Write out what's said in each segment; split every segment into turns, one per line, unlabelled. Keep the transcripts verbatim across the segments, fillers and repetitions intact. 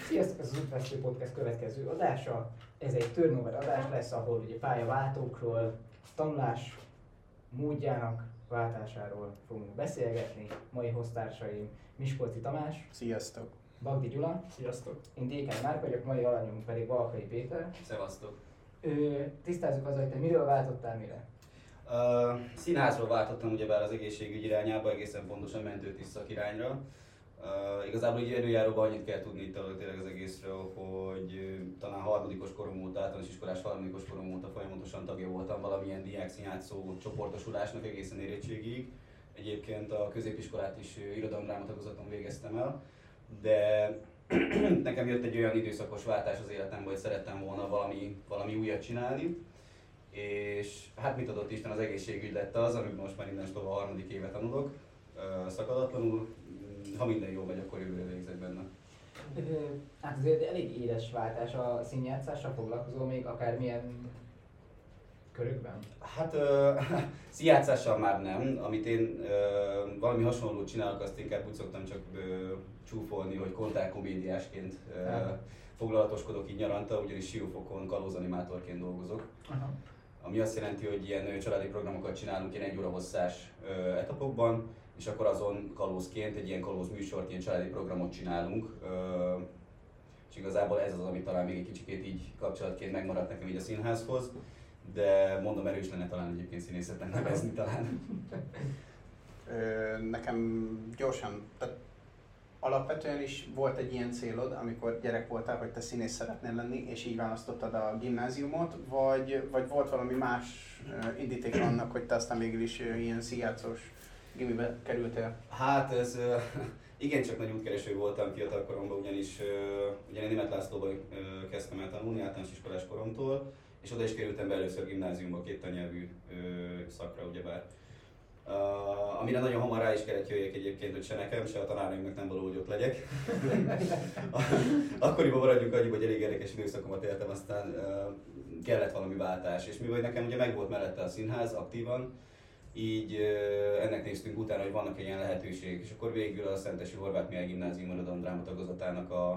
Sziasztok, ez az Útvesztő Podcast következő adása. Ez egy turnover adás lesz, ahol ugye pályaváltókról, tanulás módjának váltásáról fogunk beszélgetni. Mai hoztársaim Miskolci Tamás.
Sziasztok.
Bagdi Gyula.
Sziasztok.
Én Dékány Márk vagyok, mai alanyunk pedig Valkai Péter.
Szevasztok.
Ö, tisztázzuk az, hogy te miről váltottál mire?
Uh, színházról váltottam ugyebár az egészségügy irányába, egészen pontosan mentőtisztak irányra. Uh, igazából így előjáróban annyit kell tudni itt tényleg az egészről, hogy uh, talán harmadikos korom óta, általános iskolás harmadikos korom óta folyamatosan tagja voltam valamilyen diák színjátszó csoportosulásnak egészen érettségig. Egyébként a középiskolát is uh, irodalomdráma tagozaton végeztem el, de nekem jött egy olyan időszakos váltás az életemben, hogy szerettem volna valami, valami újat csinálni. És hát mit adott Isten, az egészségügy lett az, amiben most már innen a harmadik éve tanulok, uh, szakadatlanul. Ha minden jól megy, akkor jövőre végzek benne.
Hát azért elég éles váltás a színjátszással, foglalkozol még akármilyen körökben?
Hát uh, színjátszással már nem, amit én uh, valami hasonlót csinálok, azt inkább úgy szoktam csak uh, csúfolni, hogy kontárkomédiásként uh, foglalatoskodok így nyaranta, ugyanis Siófokon kalózanimátorként dolgozok. Aha. Ami azt jelenti, hogy ilyen családi programokat csinálunk ilyen egy óra hosszás uh, etapokban, és akkor azon kalózként egy ilyen kalóz műsort, ilyen családi programot csinálunk. Uh, és igazából ez az, ami talán még egy kicsikét így kapcsolatként megmaradt nekem így a színházhoz, de mondom, erős lenne talán egyébként színészetnek nevezni talán.
Ö, nekem gyorsan, tehát alapvetően is volt egy ilyen célod, amikor gyerek voltál, hogy te színész szeretnél lenni, és így választottad a gimnáziumot, vagy, vagy volt valami más indíték annak, hogy te aztán végül is ilyen színjátszós gimibe kerültél?
Hát ez igencsak nagy útkereső voltam fiatal koromban, ugyanis ugye én Németh Lászlóban kezdtem el tanulni általános iskolás koromtól, és oda is kerültem be először gimnáziumba, két tannyelvű szakra ugyebár. Uh, amire nagyon hamar rá is kellett jöjjek egyébként, hogy se nekem, se a tanáraimnak nem való, hogy ott legyek. Akkoriban maradjunk annyiba, hogy elég érdekes időszakomat éltem, aztán uh, kellett valami váltás. És mivel nekem ugye megvolt mellette a színház aktívan, így uh, ennek néztünk utána, hogy vannak ilyen lehetőségek. És akkor végül a Szentesi Horváth Mihály Gimnázium irodalomdráma tagozatának a,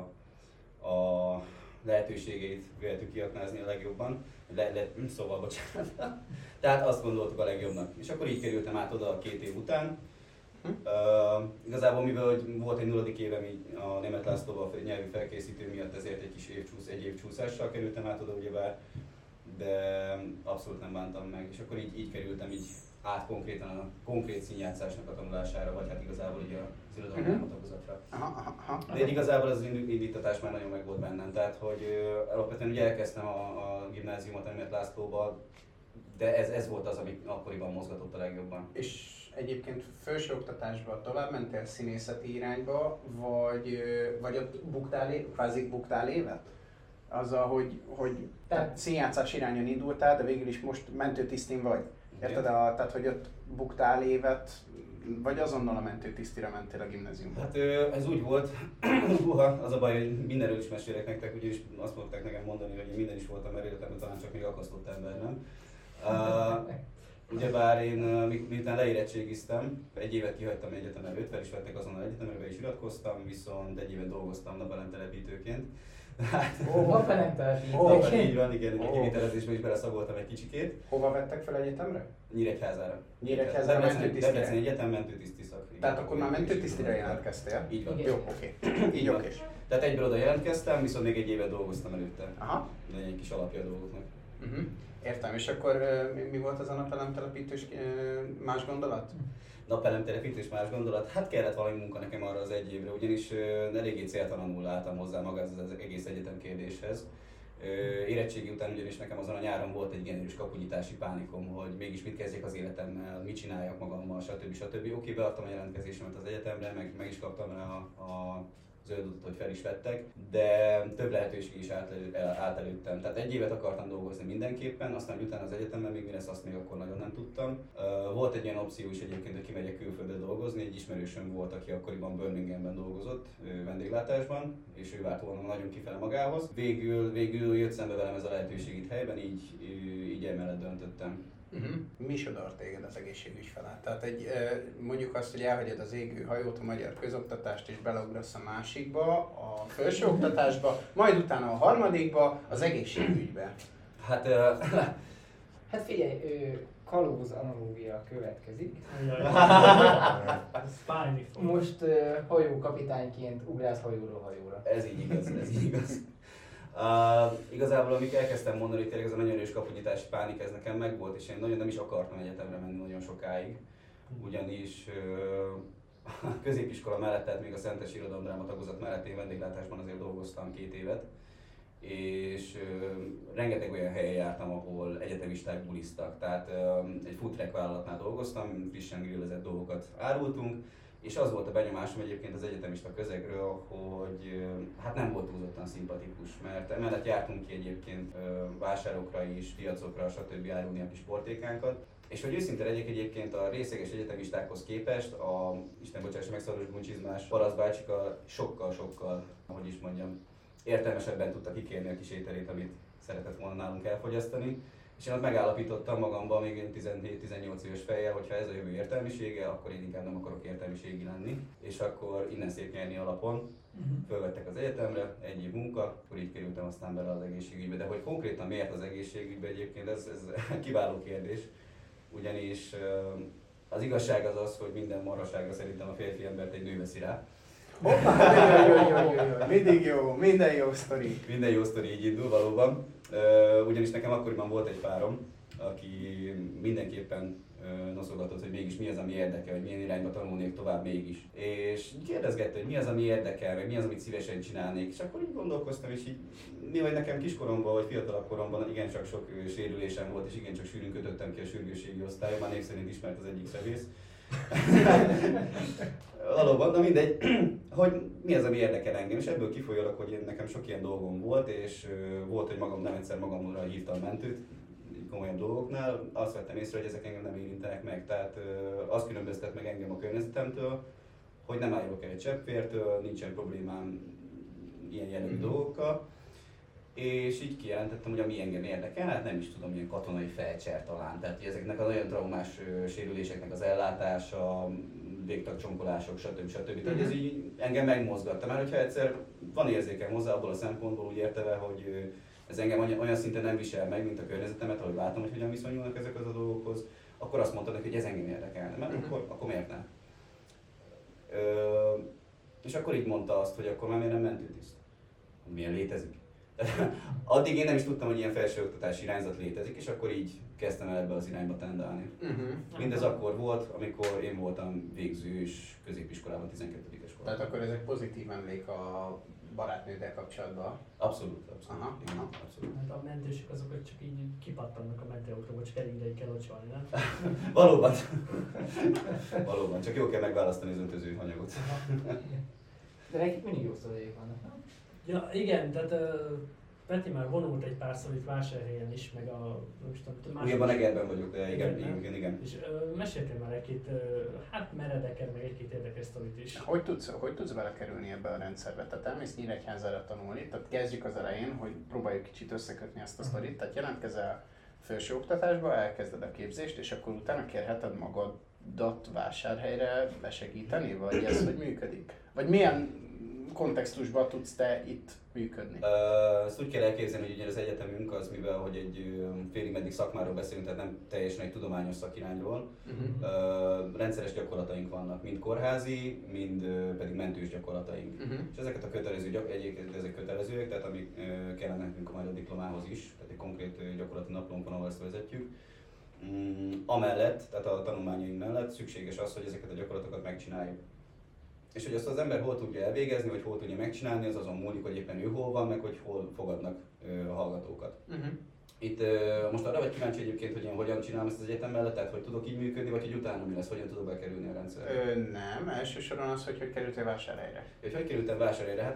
a lehetőségeit véltük kiaknázni a legjobban. Le, le, szóval bocsánat. Tehát azt gondoltuk a legjobbnak. És akkor így kerültem át oda két év után. Hm? Uh, igazából mivel hogy volt egy nulladik évem így a Németh Lászlóban a nyelvi felkészítő miatt, ezért egy kis évcsúsz, egy év csúszással kerültem át oda ugyebár, de abszolút nem bántam meg. És akkor így, így kerültem így át konkrétan a konkrét színjátszásnak a tanulására, vagy hát igazából így az irodalomdráma tagozatra. De igazából az indítatás már nagyon meg volt bennem, tehát hogy uh, alapvetően ugye elkezdtem a, a gimnáziumot a Németh Lászlóba, de ez, ez volt az, ami akkoriban mozgatott a legjobban.
És egyébként felsőoktatásban tovább mentél színészeti irányba, vagy, vagy ott buktál, kvázi buktál évet? Azzal, hogy, hogy te színjátszás irányon indultál, de végül is most mentőtisztin vagy. Érted? A, tehát, hogy ott buktál évet, vagy azonnal a mentőtisztire mentél a gimnáziumba?
Hát ez úgy volt, az a baj, hogy mindenről is mesélek nektek, ugyanis azt mondták nekem mondani, hogy én minden is voltam már életemben, talán csak még akasztott ember nem. Uh, ugyebár én mi, miután leérettségiztem, egy évet kihagytam egyetem előtt, fel is vettek azonnal egyetemre, be is iratkoztam, viszont egy évet dolgoztam napelemtelepítőként.
Ó, oh, napelemtelepítőként?
Oh, így van, igen, oh. Kivitelezésbe is beleszagoltam egy kicsikét.
Hova vettek fel egyetemre?
Nyíregyházára.
Nyíregyházára mentőtisztire?
Debreceni Egyetem mentőtiszti szak.
Tehát akkor már mentőtisztire jelentkeztél?
Így van.
Jó, oké. Okay. Így oké.
Tehát egyből oda jelentkeztem, viszont még egy évet dolgoztam előtte.
Aha.
De egy kis alapja a dolgoknak.
Uh-huh. Értem, és akkor mi, mi volt az a napelemtelepítős más gondolat?
Napelemtelepítős más gondolat? Hát kellett valami munka nekem arra az egy évre, ugyanis eléggé céltalanul álltam hozzá magához az egész egyetem kérdéshez. Érettségi után ugyanis nekem azon a nyáron volt egy generikus kapunyitási pánikom, hogy mégis mit kezdjek az életemmel, mit csináljak magammal, stb. stb. Oké, beadtam a jelentkezésemet az egyetemre, meg, meg is kaptam rá a, a zöld utat, hogy fel is vettek, de több lehetőség is állt, elő, állt előttem. Tehát egy évet akartam dolgozni mindenképpen, aztán utána az egyetemben még mi lesz, azt még akkor nagyon nem tudtam. Volt egy ilyen opció is egyébként, hogy kimegyek külföldre dolgozni, egy ismerősöm volt, aki akkoriban Birminghamben dolgozott, vendéglátásban, és ő várt volna nagyon kifele magához. Végül, végül jött szembe velem ez a lehetőség itt helyben, így, így emellett döntöttem.
Uh-huh. Mi sodor téged az egészségügy felé? Tehát egy, mondjuk azt, hogy elhagyod az égő hajót, a magyar közoktatást és beleugrasz a másikba, a felsőoktatásba, majd utána a harmadikba, az egészségügybe.
Hát, uh,
hát figyelj, ő, kalóz analógia következik. Most uh, hajókapitányként ugrálsz hajóról hajóra.
Ez így igaz, ez így igaz. Uh, igazából amikor elkezdtem mondani, hogy tényleg ez a nagyon erős kapunyítási pánik, ez nekem megvolt, és én nagyon nem is akartam egyetemre menni nagyon sokáig. Ugyanis uh, a középiskola mellett, tehát még a Szentes Irodalomdráma tagozat mellett én vendéglátásban azért dolgoztam két évet. És uh, rengeteg olyan helyen jártam, ahol egyetemisták buliztak. Tehát uh, egy food truck vállalatnál dolgoztam, frissen grillezett dolgokat árultunk, és az volt a benyomásom egyébként az egyetemista közegről, hogy uh, hát nem volt túlzottan szimpatikus, mert emellett jártunk ki egyébként uh, vásárokra is, piacokra, stb. Árulni a kis portékánkat. És hogy őszinte legyek, egyébként a részeges egyetemistákhoz képest a, Isten bocsássa meg, szaros guncsizmás parasztbácsika sokkal-sokkal, ahogy is mondjam, értelmesebben tudta kikérni a kis ételét, amit szeretett volna nálunk elfogyasztani. És én ott megállapítottam magamban még tizenhét-tizennyolc éves fejjel, hogy ha ez a jövő értelmisége, akkor én inkább nem akarok értelmiségi lenni. És akkor innen szép nyerni alapon. Uh-huh. Fölvettek az egyetemre, egy év munka, akkor így kerültem aztán bele az egészségügybe. De hogy konkrétan miért az egészségügybe egyébként, ez, ez kiváló kérdés. Ugyanis az igazság az az, hogy minden marhaságra szerintem a férfi embert egy nő veszi rá.
Hoppá, jó, jó, jó, jó, jó. Mindig jó, minden jó sztori.
Minden jó sztori így indul valóban. Ugyanis nekem akkoriban volt egy párom, aki mindenképpen noszogatott, hogy mégis mi az, ami érdekel, hogy milyen irányba tanulnék tovább mégis. És kérdezgette, hogy mi az, ami érdekel, meg mi az, amit szívesen csinálnék. És akkor így gondolkoztam, és így mi, hogy nekem kiskoromban, vagy fiatalabb koromban igencsak sok sérülésem volt, és igencsak sűrűn kötöttem ki a sürgősségi osztályon, már név szerint ismert az egyik szevész. Valóban, de mindegy, hogy mi az, ami érdekel engem, és ebből kifolyólag, hogy én, nekem sok ilyen dolgom volt, és uh, volt, hogy magam nem egyszer magamra hívtam mentőt, komolyabb dolgoknál, azt vettem észre, hogy ezek engem nem érintenek meg, tehát uh, azt különböztet meg engem a környezetemtől, hogy nem állok el egy cseppvértől, nincsen problémám ilyen jellegű mm-hmm. dolgokkal, és így kijelentettem, hogy ami engem érdekel, hát nem is tudom, ilyen katonai felcser talán, tehát ezeknek az olyan traumás uh, sérüléseknek az ellátása, végtagcsonkolások, stb. stb. Tehát ez így engem megmozgatta, mert hogyha egyszer van érzékem hozzá abból a szempontból, úgy értve, hogy ez engem olyan szinten nem visel meg, mint a környezetemet, ahogy látom, hogy hogyan viszonyulnak ezek az a dolgokhoz, akkor azt mondta neki, hogy ez engem érdekelne, mert uh-huh. akkor, akkor miért nem? Ö, és akkor így mondta azt, hogy akkor már miért nem mentőtiszt? Milyen létezik? Addig én nem is tudtam, hogy ilyen felsőoktatási irányzat létezik, és akkor így kezdtem el ebbe az irányba tendálni. Uh-huh. Mindez akkor volt, amikor én voltam végzős középiskolában, tizenkettedik korban.
Tehát akkor ezek pozitív emlék a barátnőddel kapcsolatban?
Abszolút, abszolút. Aha,
aha.
abszolút.
Hát a mentősök azok, hogy csak így kipattannak a mentőautóba, csak elég ideig kell locsolni, nem?
Valóban. Valóban, csak jó kell megválasztani az öntöző anyagot.
De nekik mindig jó sztorék vannak, nem?
Ja, igen, tehát uh, Peti már vonult egy párszor itt Vásárhelyen is, meg a, nem is tudom, másik...
Ugyanban Egerben vagyok, de igen, igen, igen. igen.
És uh, meséltél már egy-két, uh, hát meredeket, meg egy-két érdekes sztorit is.
Hogy tudsz, hogy tudsz belekerülni ebbe a rendszerbe? Tehát elmész Nyíregyházára tanulni, tehát kezdjük az elején, hogy próbáljuk kicsit összekötni ezt a sztorit. Tehát jelentkezel felsőoktatásba, elkezded a képzést, és akkor utána kérheted magadat Vásárhelyre besegíteni, vagy ez hogy működik? Vagy milyen kontextusban tudsz te itt működni?
Uh, ezt úgy kell elképzelni, hogy ugye az egyetemünk az, mivel hogy egy uh, félig meddig szakmáról beszélünk, tehát nem teljesen egy tudományos szakirányról. Uh-huh. Uh, rendszeres gyakorlataink vannak, mind kórházi, mind uh, pedig mentős gyakorlataink. Uh-huh. És ezeket a kötelező gyak- egyébként ezek kötelezőek, tehát amik uh, kellene nekünk majd a diplomához is, tehát egy konkrét uh, gyakorlati naplónk van, ahol ezt vezetjük. Um, amellett, tehát a tanulmányaink mellett szükséges az, hogy ezeket a gyakorlatokat megcsináljuk. És hogy azt az ember hol tudja elvégezni, vagy hol tudja megcsinálni, az azon múlik, hogy éppen ő hol van, meg hogy hol fogadnak ö, a hallgatókat. Uh-huh. Itt ö, most arra vagy kíváncsi egyébként, hogy én hogyan csinálom ezt az egyetem mellett, tehát hogy tudok így működni, vagy hogy utána mi lesz, hogyan tudok bekerülni a rendszerbe?
Ö, nem, elsősorban az, hogy hogy kerültél Vásárhelyre.
Hogy hogy kerültem Vásárhelyre? Hát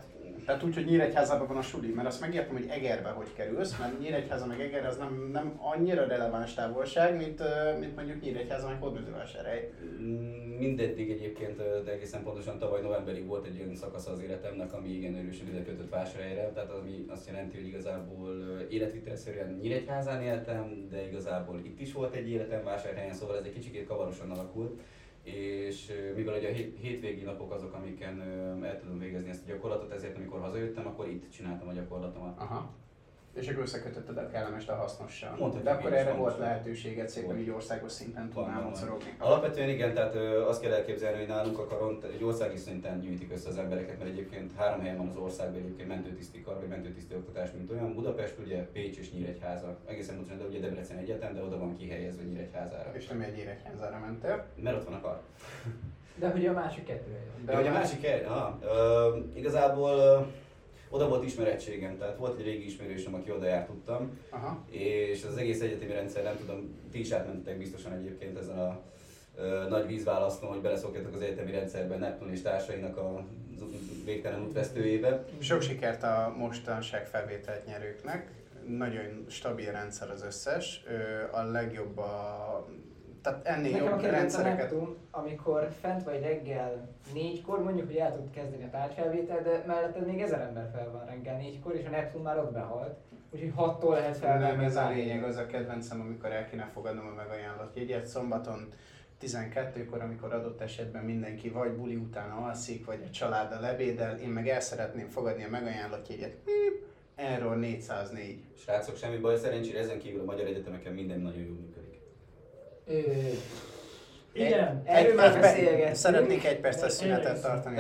Tehát úgy, hogy Nyíregyházában van a suli, mert azt megértem, hogy Egerbe hogy kerülsz, mert Nyíregyháza meg Eger az nem, nem annyira releváns távolság, mint, mint mondjuk Nyíregyháza meg Hódmezővásárhely.
Mindeddig egyébként, de egészen pontosan tavaly novemberig volt egy olyan szakasz az életemnek, ami igen erősen ide kötött Vásárhelyre, tehát ami azt jelenti, hogy igazából életvitelszerűen Nyíregyházán éltem, de igazából itt is volt egy életem Vásárhelyen, szóval ez egy kicsit kavarosan alakult. És mivel ugye a hétvégi napok azok, amiken el tudom végezni ezt a gyakorlatot, ezért amikor hazajöttem, akkor itt csináltam a gyakorlatomat.
Aha. És akkor összekötötted a kellemest a hasznossal.
Mondhatjuk,
de akkor
én is
erre volt
pontosan.
lehetőséged szépen így országos szinten tudnál mocorogni.
Alapvetően igen, tehát ö, azt kell elképzelni, hogy nálunk a karon egy országi szinten gyűjtik össze az embereket, mert egyébként három helyen van az országban egyébként mentőtiszti kar, vagy mentőtiszti oktatás, mint olyan. Budapest, ugye Pécs és Nyíregyháza. Egészen pontosan, de ugye Debrecen Egyetem, de oda van kihelyezve Nyíregyházára.
És nem egy Nyíregyházára mentél?
Mert ott van a kar.
De hogy a másik kettő helyen.
De hogy a másik hely, aha, ö, igazából ö, oda volt ismerettségem, tehát volt egy régi ismerősöm, aki oda járt tudtam,
Aha.
és az egész egyetemi rendszer, nem tudom, ti is átmentetek biztosan egyébként ezen a ö, nagy vízválasztón, hogy beleszokjatok az egyetemi rendszerben Neptun és társainak a végtelen útvesztőjébe.
Sok sikert a mostanság felvételt nyerőknek, nagyon stabil rendszer az összes, a legjobb a... Tehát ennél
Nekem a
jobb
kedvenc a
rendszereket...
Neptun, amikor fent vagy reggel négykor, mondjuk, hogy el tud kezdeni a tárgyfelvétel, de melletted még ezer ember fel van reggel négykor, és a Neptun már ott behalt. Úgyhogy hattól lehet felvenni.
Nem, ez a lényeg, az a kedvencem, amikor el kéne fogadnom a megajánlott jegyet. Szombaton tizenkettőkor, amikor adott esetben mindenki vagy buli után alszik, vagy a családdal ebédel, én meg el szeretném fogadni a megajánlott jegyet. Erről négyszáznégy.
Srácok, semmi baj, szerencsére ezen kívül a magyar egyetemeken minden nagyon jól működik.
Ö,
Igen.
Egy, erről már
Egy-
beszélgettünk.
Szeretnék egy perces szünetet tartani.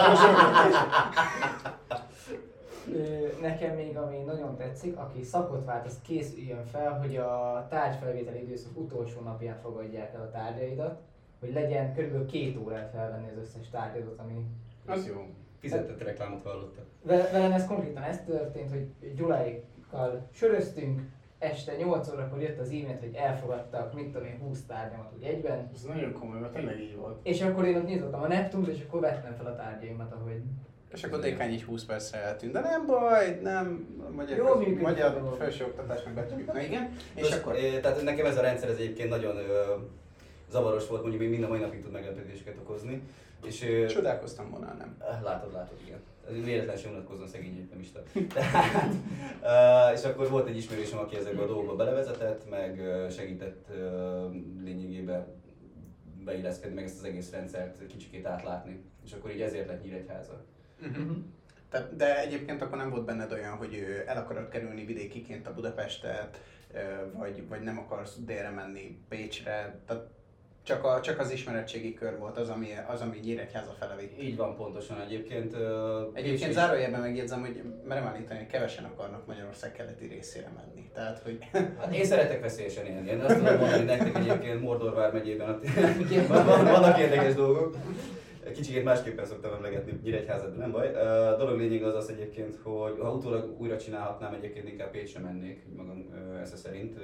Ö, Nekem még ami nagyon tetszik, aki szakot vált, az készüljön fel, hogy a tárgyfelvételi időszak utolsó napján fogadják el a tárgyaidat, hogy legyen kb. két órát felvenni az összes tárgyadat, ami...
Az jó.
Fizetett reklámot hallottak.
Ve- Velem ez konkrétan ez történt, hogy Gyuláikkal söröztünk, este nyolc órakor jött az e-mail, hogy elfogadtak, mit tudom én, húsz tárgyamat úgy egyben.
Ez nagyon komoly, mert tényleg így volt.
És akkor én ott nyitottam a Neptunt, és akkor vettem fel a tárgyaimat, ahogy...
És akkor Dékány így húsz percre eltűnt, de nem baj, nem, a magyar,
Jól működik a
magyar
dolog.
felsőoktatásnak betűjük. Na igen, és
Most,
akkor...
eh, tehát nekem ez a rendszer ez egyébként nagyon ö, zavaros volt, mondjuk még mind a mai napig tud meglepetéseket okozni. És, ö,
Csodálkoztam volna, nem?
Látod, látod, igen. Ez véletlen sem unatkozzon szegény egyetemista. Tehát, uh, és akkor volt egy ismerősöm, aki ezekbe a dolgokba belevezetett, meg uh, segített uh, lényegében beilleszkedni, meg ezt az egész rendszert kicsikét átlátni. És akkor így ezért lett Nyíregyháza.
Uh-huh. Tehát, de egyébként akkor nem volt benned olyan, hogy ö, el akarod kerülni vidékiként a Budapestet, ö, vagy, vagy nem akarsz délre menni Pécsre, tehát csak, a, csak az ismeretségi kör volt az, ami, az, ami Nyíregyháza fele vitt.
Így van pontosan egyébként. Uh,
Egyébként zárójelben megjegyzem, hogy merem állítani, hogy kevesen akarnak Magyarország keleti részére menni. Tehát, hogy...
Hát én szeretek veszélyesen élni. Én azt tudom mondani nektek egyébként Mordor vármegyében a vannak érdekes dolgok. Kicsikét másképpen szoktam emlegetni Nyíregyházat, de nem baj. A dolog lényeg az az egyébként, hogy ha utólag újra csinálhatnám, egyébként inkább Pécsre mennék, magam esze szerint.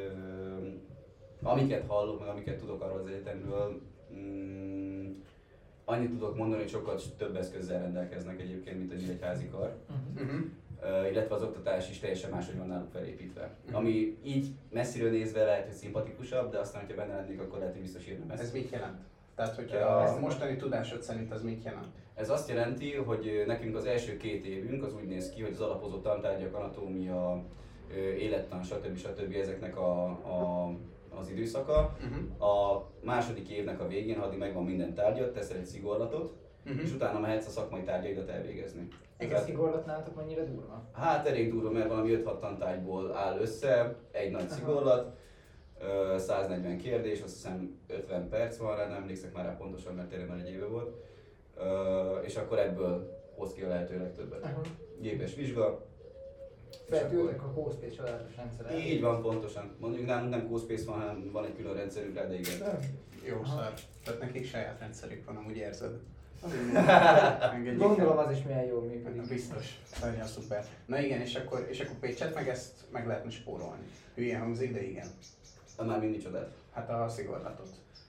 Amiket hallok, meg amiket tudok arról az egyetemről, mm, annyit tudok mondani, hogy sokkal több eszközzel rendelkeznek egyébként, mint a Nyíregyházi kar.
Uh-huh.
Uh, illetve az oktatás is teljesen máshogy van náluk felépítve. Uh-huh. Ami így messziről nézve lehet, hogy szimpatikusabb, de aztán, hogyha benne lennék, akkor lehet, hogy biztos írna messze.
Ez mit jelent? Tehát, hogy
Ja,
a
ezt-
mostani tudásod szerint az mit jelent?
Ez azt jelenti, hogy nekünk az első két évünk az úgy néz ki, hogy az alapozó tantárgyak, anatómia, ö, élettan, stb. stb. Ezeknek a, a, az időszaka.
Uh-huh.
A második évnek a végén, ha addig megvan minden tárgyat, teszel egy szigorlatot,
Uh-huh.
és utána mehetsz a szakmai tárgyaidat elvégezni.
Ez a szigorlat nálatok mennyire durva?
Hát elég durva, mert valami öt-hat tantárgyból áll össze, egy nagy
Aha.
szigorlat, ö, száznegyven kérdés, azt hiszem ötven perc van rá, nem emlékszek már rá pontosan, mert tényleg nagy egy éve volt. Ö, és akkor ebből hoz ki a lehető legtöbbet.
Aha.
Gépes vizsga. és
Feltűltek a Cospace csodálatos rendszere.
Így van, pontosan. Mondjuk nálunk nem Cospace van, hanem van egy külön rendszerünk rá, de igen.
Jó
Aha.
szar. Tehát nekik saját rendszerük van, amúgy érzed. Engedjék
Gondolom
el.
az is milyen jól működik.
Biztos. Nagyon szuper. Na igen, és akkor, és akkor Pécset meg ezt meg lehetne spórolni. Hülye hangzik, de igen.
Már mind micsodát.
Hát a szigorlatot.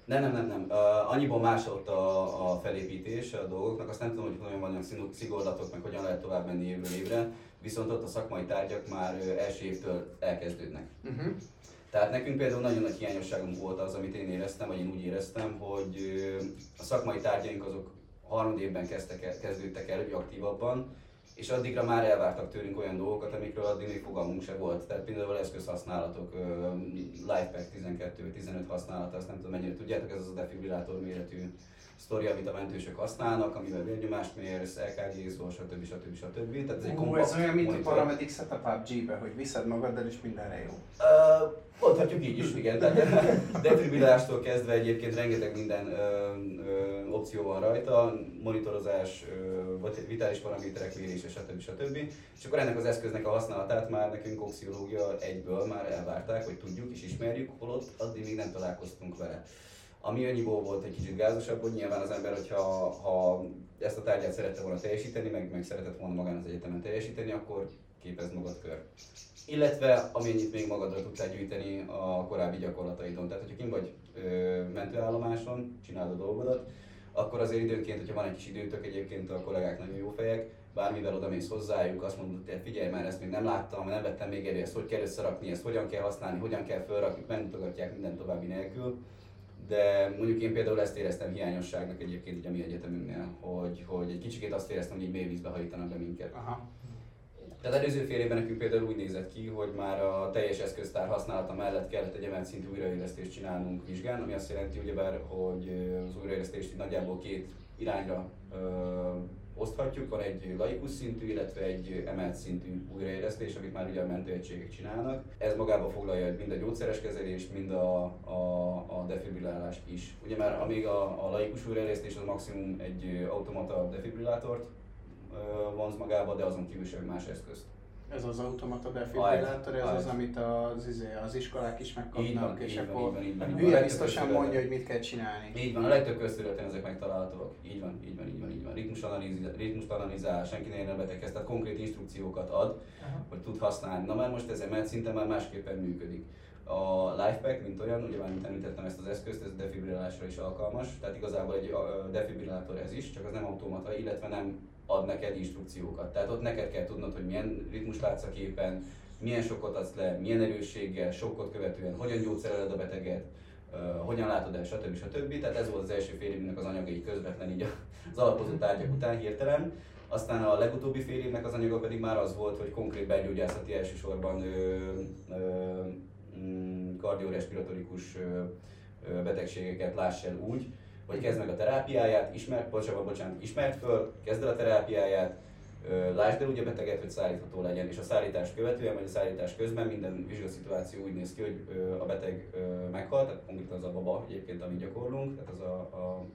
Nem, nem, nem, nem. Uh, annyiból más ott a, a felépítés a dolgoknak, azt nem tudom, hogy hogyan vannak szigorlatok, meg hogyan lehet tovább menni évről évre, viszont ott a szakmai tárgyak már első évtől elkezdődnek. Uh-huh. Tehát nekünk például nagyon nagy hiányosságunk volt az, amit én éreztem, vagy én úgy éreztem, hogy a szakmai tárgyaink azok harmadévben kezdtek el, kezdődtek el, hogy aktívabban, és addigra már elvártak tőlünk olyan dolgokat, amikről addig még fogalmunk se volt. Tehát például eszközhasználatok, LifePack tizenkettő tizenöt használata, azt nem tudom mennyire tudjátok, ez az a defibrillátor méretű sztori, amit a mentősök használnak, amivel vérnyomást mérsz, é ká gé-zol, stb. stb. stb. Tehát ez egy
kompakt ez olyan, mint monitor. A Paramedic Setup pé u bé gé-be, hogy viszed magaddal és mindenre jó.
Uh, mondhatjuk így is, igen. Tehát defibrillálástól kezdve egyébként rengeteg minden ö, ö, opció van rajta, monitorozás, ö, vitális paraméterek mérése, stb. stb. És akkor ennek az eszköznek a használatát már nekünk opsziológia egyből már elvárták, hogy tudjuk és ismerjük, holott addig még nem találkoztunk vele. Ami annyiból volt egy kicsit gázosabb, hogy nyilván az ember, hogyha ha ezt a tárgyát szerette volna teljesíteni, meg, meg szeretett volna magán az egyetemen teljesíteni, akkor képezd magad kör. Illetve amennyit még magadra tudtál gyűjteni a korábbi gyakorlataidon. Tehát, hogyha kim vagy ö, mentőállomáson, csinálod a dolgodat, akkor azért időnként, hogyha van egy kis időtök, egyébként a kollégák nagyon jó fejek, bármivel odamész hozzájuk, azt mondod, hogy figyelj már, ezt még nem láttam, nem vettem még elő, ezt hogy kell összerakni, ezt hogyan kell használni, hogyan kell felrakni, megmutogatják minden további nélkül. De mondjuk én például ezt éreztem hiányosságnak egyébként így a mi egyetemünknél, hogy, hogy egy kicsikét azt éreztem, hogy így mélyvízbe hajítanak be minket. Aha. Tehát előző fél évben nekünk például úgy nézett ki, hogy már a teljes eszköztár használata mellett kellett egy emelt szintű újraélesztést csinálnunk vizsgán, ami azt jelenti ugyebár, hogy az újraélesztést nagyjából két irányra ö, oszthatjuk. Van egy laikus szintű, illetve egy emelt szintű újraélesztés, amit már ugye a mentőegységek csinálnak. Ez magába foglalja mind a gyógyszeres kezelést, mind a, a, a defibrillálást is. Ugye már amíg a, a laikus újraélesztés az maximum egy automata defibrillátort vonz magába, de azon kívül sem más eszközt.
Ez az automata defibrillátor, ez az, amit az, az iskolák is megkapnak, és akkor hülye biztosan mondja, hogy mit kell csinálni.
Így van, a legtöbb közterületen ezek megtalálhatóak. Így van, így van, így van, így van. Ritmust analizál, senki ne érne beteghez, tehát konkrét instrukciókat ad, aha, hogy tud használni. Na már most ez emelt szinten már másképpen működik. A LifePack, mint olyan, ugye már mint említettem ezt az eszközt, ez defibrillálásra is alkalmas, tehát igazából egy defibrillátor ez is, csak az nem automata, illetve nem ad neked instrukciókat. Tehát ott neked kell tudnod, hogy milyen ritmus látsz a képen, milyen sokkot adsz le, milyen erősséggel, sokkot követően, hogyan gyógyszereled a beteget, uh, hogyan látod el, stb. stb. Tehát ez volt az első fél évnek az anyaga így közvetlen így az alapozó tárgyak után hirtelen. Aztán a legutóbbi fél évnek az anyaga pedig már az volt, hogy konkrét belgyógyászati elsősorban ö, ö, kardiorespiratorikus betegségeket láss el úgy, hogy kezd meg a terápiáját, ismert, bocsánat, bocsánat, ismert föl, kezd el a terápiáját, lásd el úgy a beteget, hogy szállítható legyen, és a szállítás követően, vagy a szállítás közben minden vizsgaszituáció úgy néz ki, hogy a beteg meghal, tehát konkrétan az a baba egyébként, amit gyakorlunk, tehát az a, a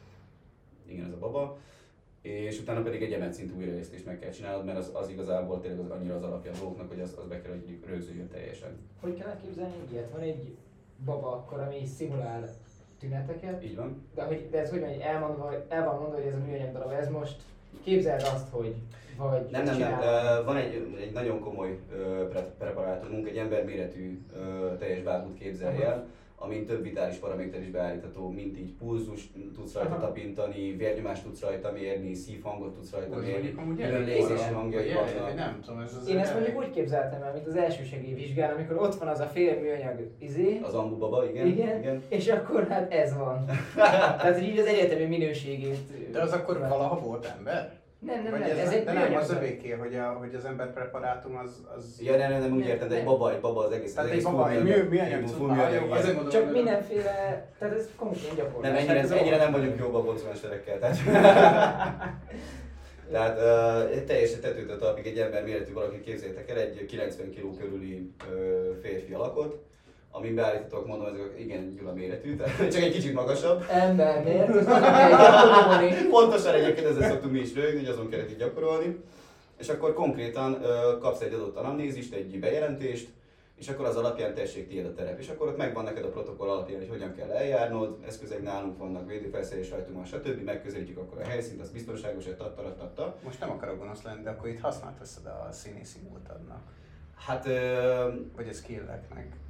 igen, ez a baba, és utána pedig egy emelt szintű újraélesztést meg kell csinálnod, mert az, az igazából tényleg az annyira az alapja a dolgoknak, hogy az, az be kell, hogy rögzüljön teljesen.
Hogy kell elképzelni ilyet? Van egy baba akkor, ami szimulál tüneteket.
Így van.
De, hogy, de ez hogy megy, elmondva, el van mondva, hogy ez a műanyag darab, ez most képzeld azt, hogy vagy
nem, nem, nem. Uh, van egy, egy nagyon komoly uh, pre- preparátorunk, egy emberméretű uh, teljes bábút képzelj el, amin több vitális paraméter is beállítható, mint így pulzus tudsz rajta tapintani, vérnyomást tudsz rajta mérni, szívhangot tudsz rajta mérni, külön lézési hangjai vannak.
Nem tudom, ez az
Én ezt mondjuk úgy képzeltem el, mint az elsősegély vizsgán, amikor ott van az a fél műanyag izé.
Az ambubaba, igen,
igen. Igen, és akkor hát ez van. Tehát így az egyetemi minőségét.
De az akkor valaha volt ember?
Nem, nem,
nem,
ez, ez egy
de nem, az övéké, hogy, a, hogy az ember preparátum az... az...
Ja, nem, nem, nem, úgy érted, egy baba, egy baba az egész.
Tehát egy baba, egy mű, műanyag cucca, azért mondom,
csak mindenféle, tehát ez konkrétan gyakorlás.
Nem, ennyire, ennyire nem vagyunk jók a boncomesterekkel, tehát... tehát uh, teljesen tetőtől talpig egy ember méretű valakit képzeljétek el, egy kilencven kiló körüli uh, férfi alakot, amin beállítatok, mondom, ezek igen Gyula méretű, tehát csak egy kicsit magasabb.
Ember méretű, azon kell gyakorolni.
Pontosan egyébként ezzel szoktunk mi is rögni, hogy azon kellett így gyakorolni. És akkor konkrétan uh, kapsz egy adott anamnézist, egy bejelentést, és akkor az alapján tessék tiéd a terep. És akkor ott megvan neked a protokoll alapján, hogy hogyan kell eljárnod, eszközök nálunk vannak, védőfelszerelés rajtunk van, stb. Megközelítjük akkor a helyszínt, az biztonságos, hogy tattarattatta.
Most nem akarok gonosz lenni, de akkor itt használt veszed a színészi múltadnak.
Hát... Uh,
vagy a skilleknek.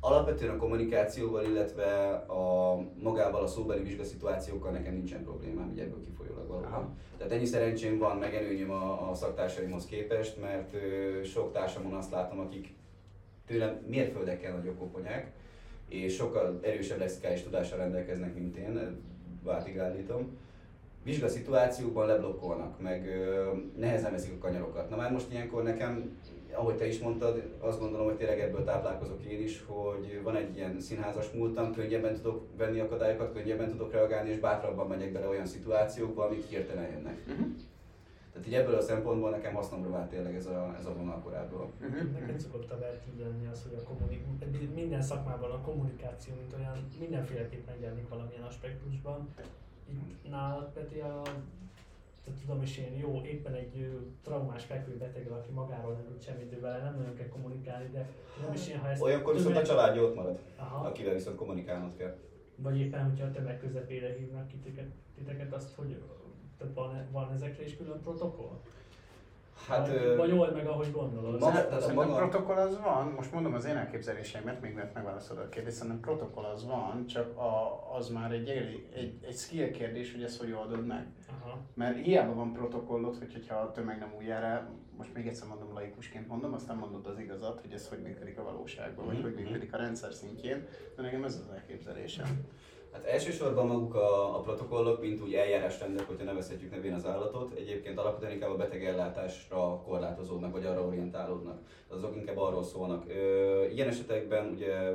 Alapvetően a kommunikációval, illetve a magával a szóbeli vizsgaszituációkkal nekem nincsen problémám, így ebből kifolyólag valóban. Tehát ennyi szerencsém van, meg előnyöm a, a szaktársaimhoz képest, mert ö, sok társamon azt látom, akik tőlem mérföldekkel nagyobb koponyák, és sokkal erősebb lexikális tudással rendelkeznek, mint én, váltig állítom. Vizsgaszituációkban leblokkolnak, meg ö, nehezen veszik a kanyarokat. Na már most ilyenkor nekem, ahogy te is mondtad, azt gondolom, hogy tényleg ebből táplálkozok én is, hogy van egy ilyen színházas múltam, könnyebben tudok venni akadályokat, könnyebben tudok reagálni, és bátrabban megyek bele olyan szituációkba, amik hirtelen jönnek. Uh-huh. Tehát így ebből a szempontból nekem hasznomra vált tényleg ez a, ez a vonal korábban.
Uh-huh. Neked szokott a vertű lenni az, hogy a kommunik- minden szakmában a kommunikáció, mint olyan, mindenféleképp megjelenik valamilyen aspektusban. Itt nálad, Peti, a tudom is én, jó, éppen egy ö, traumás fekvőbeteggel, aki magáról nem tud semmit, de vele nem nagyon kell kommunikálni, de tudom is én, ha ezt...
Olyankor viszont a családja ott marad,
Aha.
akivel viszont kommunikálnod kell.
Vagy éppen, hogyha a tömeg közepére hívnak titeket, titeket azt, hogy tehát van, van ezekre is külön protokoll?
Hát,
vagy,
ö...
vagy old meg, ahogy gondolod.
Ma,
Tehát
tehát a
maga...
maga...
protokoll az van, most mondom az én elképzeléseimet, még mert megválaszolod a kérdést, szerintem protokoll az van, csak a, az már egy, egy, egy skill kérdés, hogy ezt hogy oldod meg.
Aha.
Mert hiába van protokollod, hogy, hogyha a tömeg nem úgy jár el, most még egyszer mondom, laikusként mondom, aztán mondod az igazat, hogy ez hogy működik a valóságban, vagy
Mm-hmm.
hogy működik a rendszer szintjén, de nekem ez az elképzelésem.
Hát elsősorban maguk a, a protokollok, mint úgy eljárásrendek, hogyha nevezhetjük nevén az állatot, egyébként alapvetően inkább a betegellátásra korlátozódnak, vagy arra orientálódnak. Azok inkább arról szólnak. Ö, ilyen esetekben ugye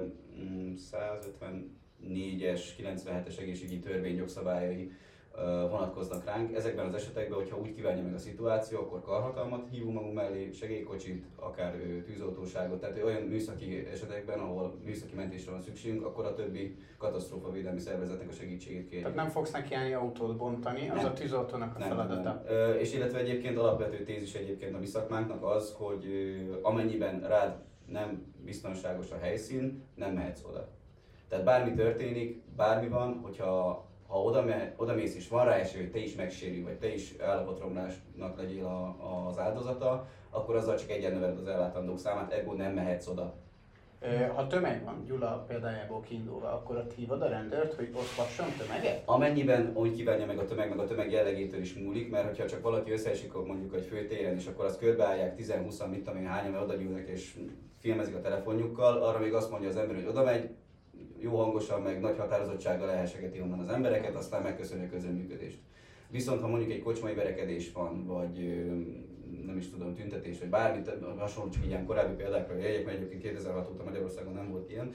százötvennégyes, kilencvenhetes egészségügyi törvény jogszabályai vonatkoznak ránk. Ezekben az esetekben, hogyha úgy kívánja meg a szituáció, akkor karhatalmat hívunk magunk mellé, segélykocsit, akár tűzoltóságot, tehát olyan műszaki esetekben, ahol műszaki mentésre van szükségünk, akkor a többi katasztrófavédelmi szervezetnek a segítségét kérjük.
Tehát nem fogsz nekiállni autót bontani, az nem. A tűzoltónak a
nem,
feladata.
Nem, nem. És illetve egyébként alapvető tézis egyébként a mi szakmánknak az, hogy amennyiben rád nem biztonságos a helyszín, nem mehetsz oda. Tehát bármi történik, bármi van, hogyha ha oda, me, oda mész és van rá esély, hogy te is megsérülj, vagy te is állapotromlásnak legyél a, az áldozata, akkor azzal csak egyen növeled az ellátandók számát, ergo nem mehetsz oda.
Ha tömeg van, Gyula példájából kiindulva, akkor ott hívod a rendőrt, hogy osztasson tömeget?
Amennyiben úgy kívánja meg a tömeg, meg a tömeg jellegétől is múlik, mert hogyha csak valaki összeesik mondjuk egy főtéren, és akkor azt körbeállják tíz-húsz, mit tudom én hányan, mert oda gyűlnek és filmezik a telefonjukkal, arra még azt mondja az ember, hogy oda megy, jó hangosan, meg nagy határozottsággal elhessegeti onnan az embereket, aztán megköszönjük a közreműködést. Viszont ha mondjuk egy kocsmai verekedés van, vagy nem is tudom, tüntetés, vagy bármi hasonló, csak ilyen korábbi példákra jegyek, mert egyébként kétezer-hat óta Magyarországon nem volt ilyen.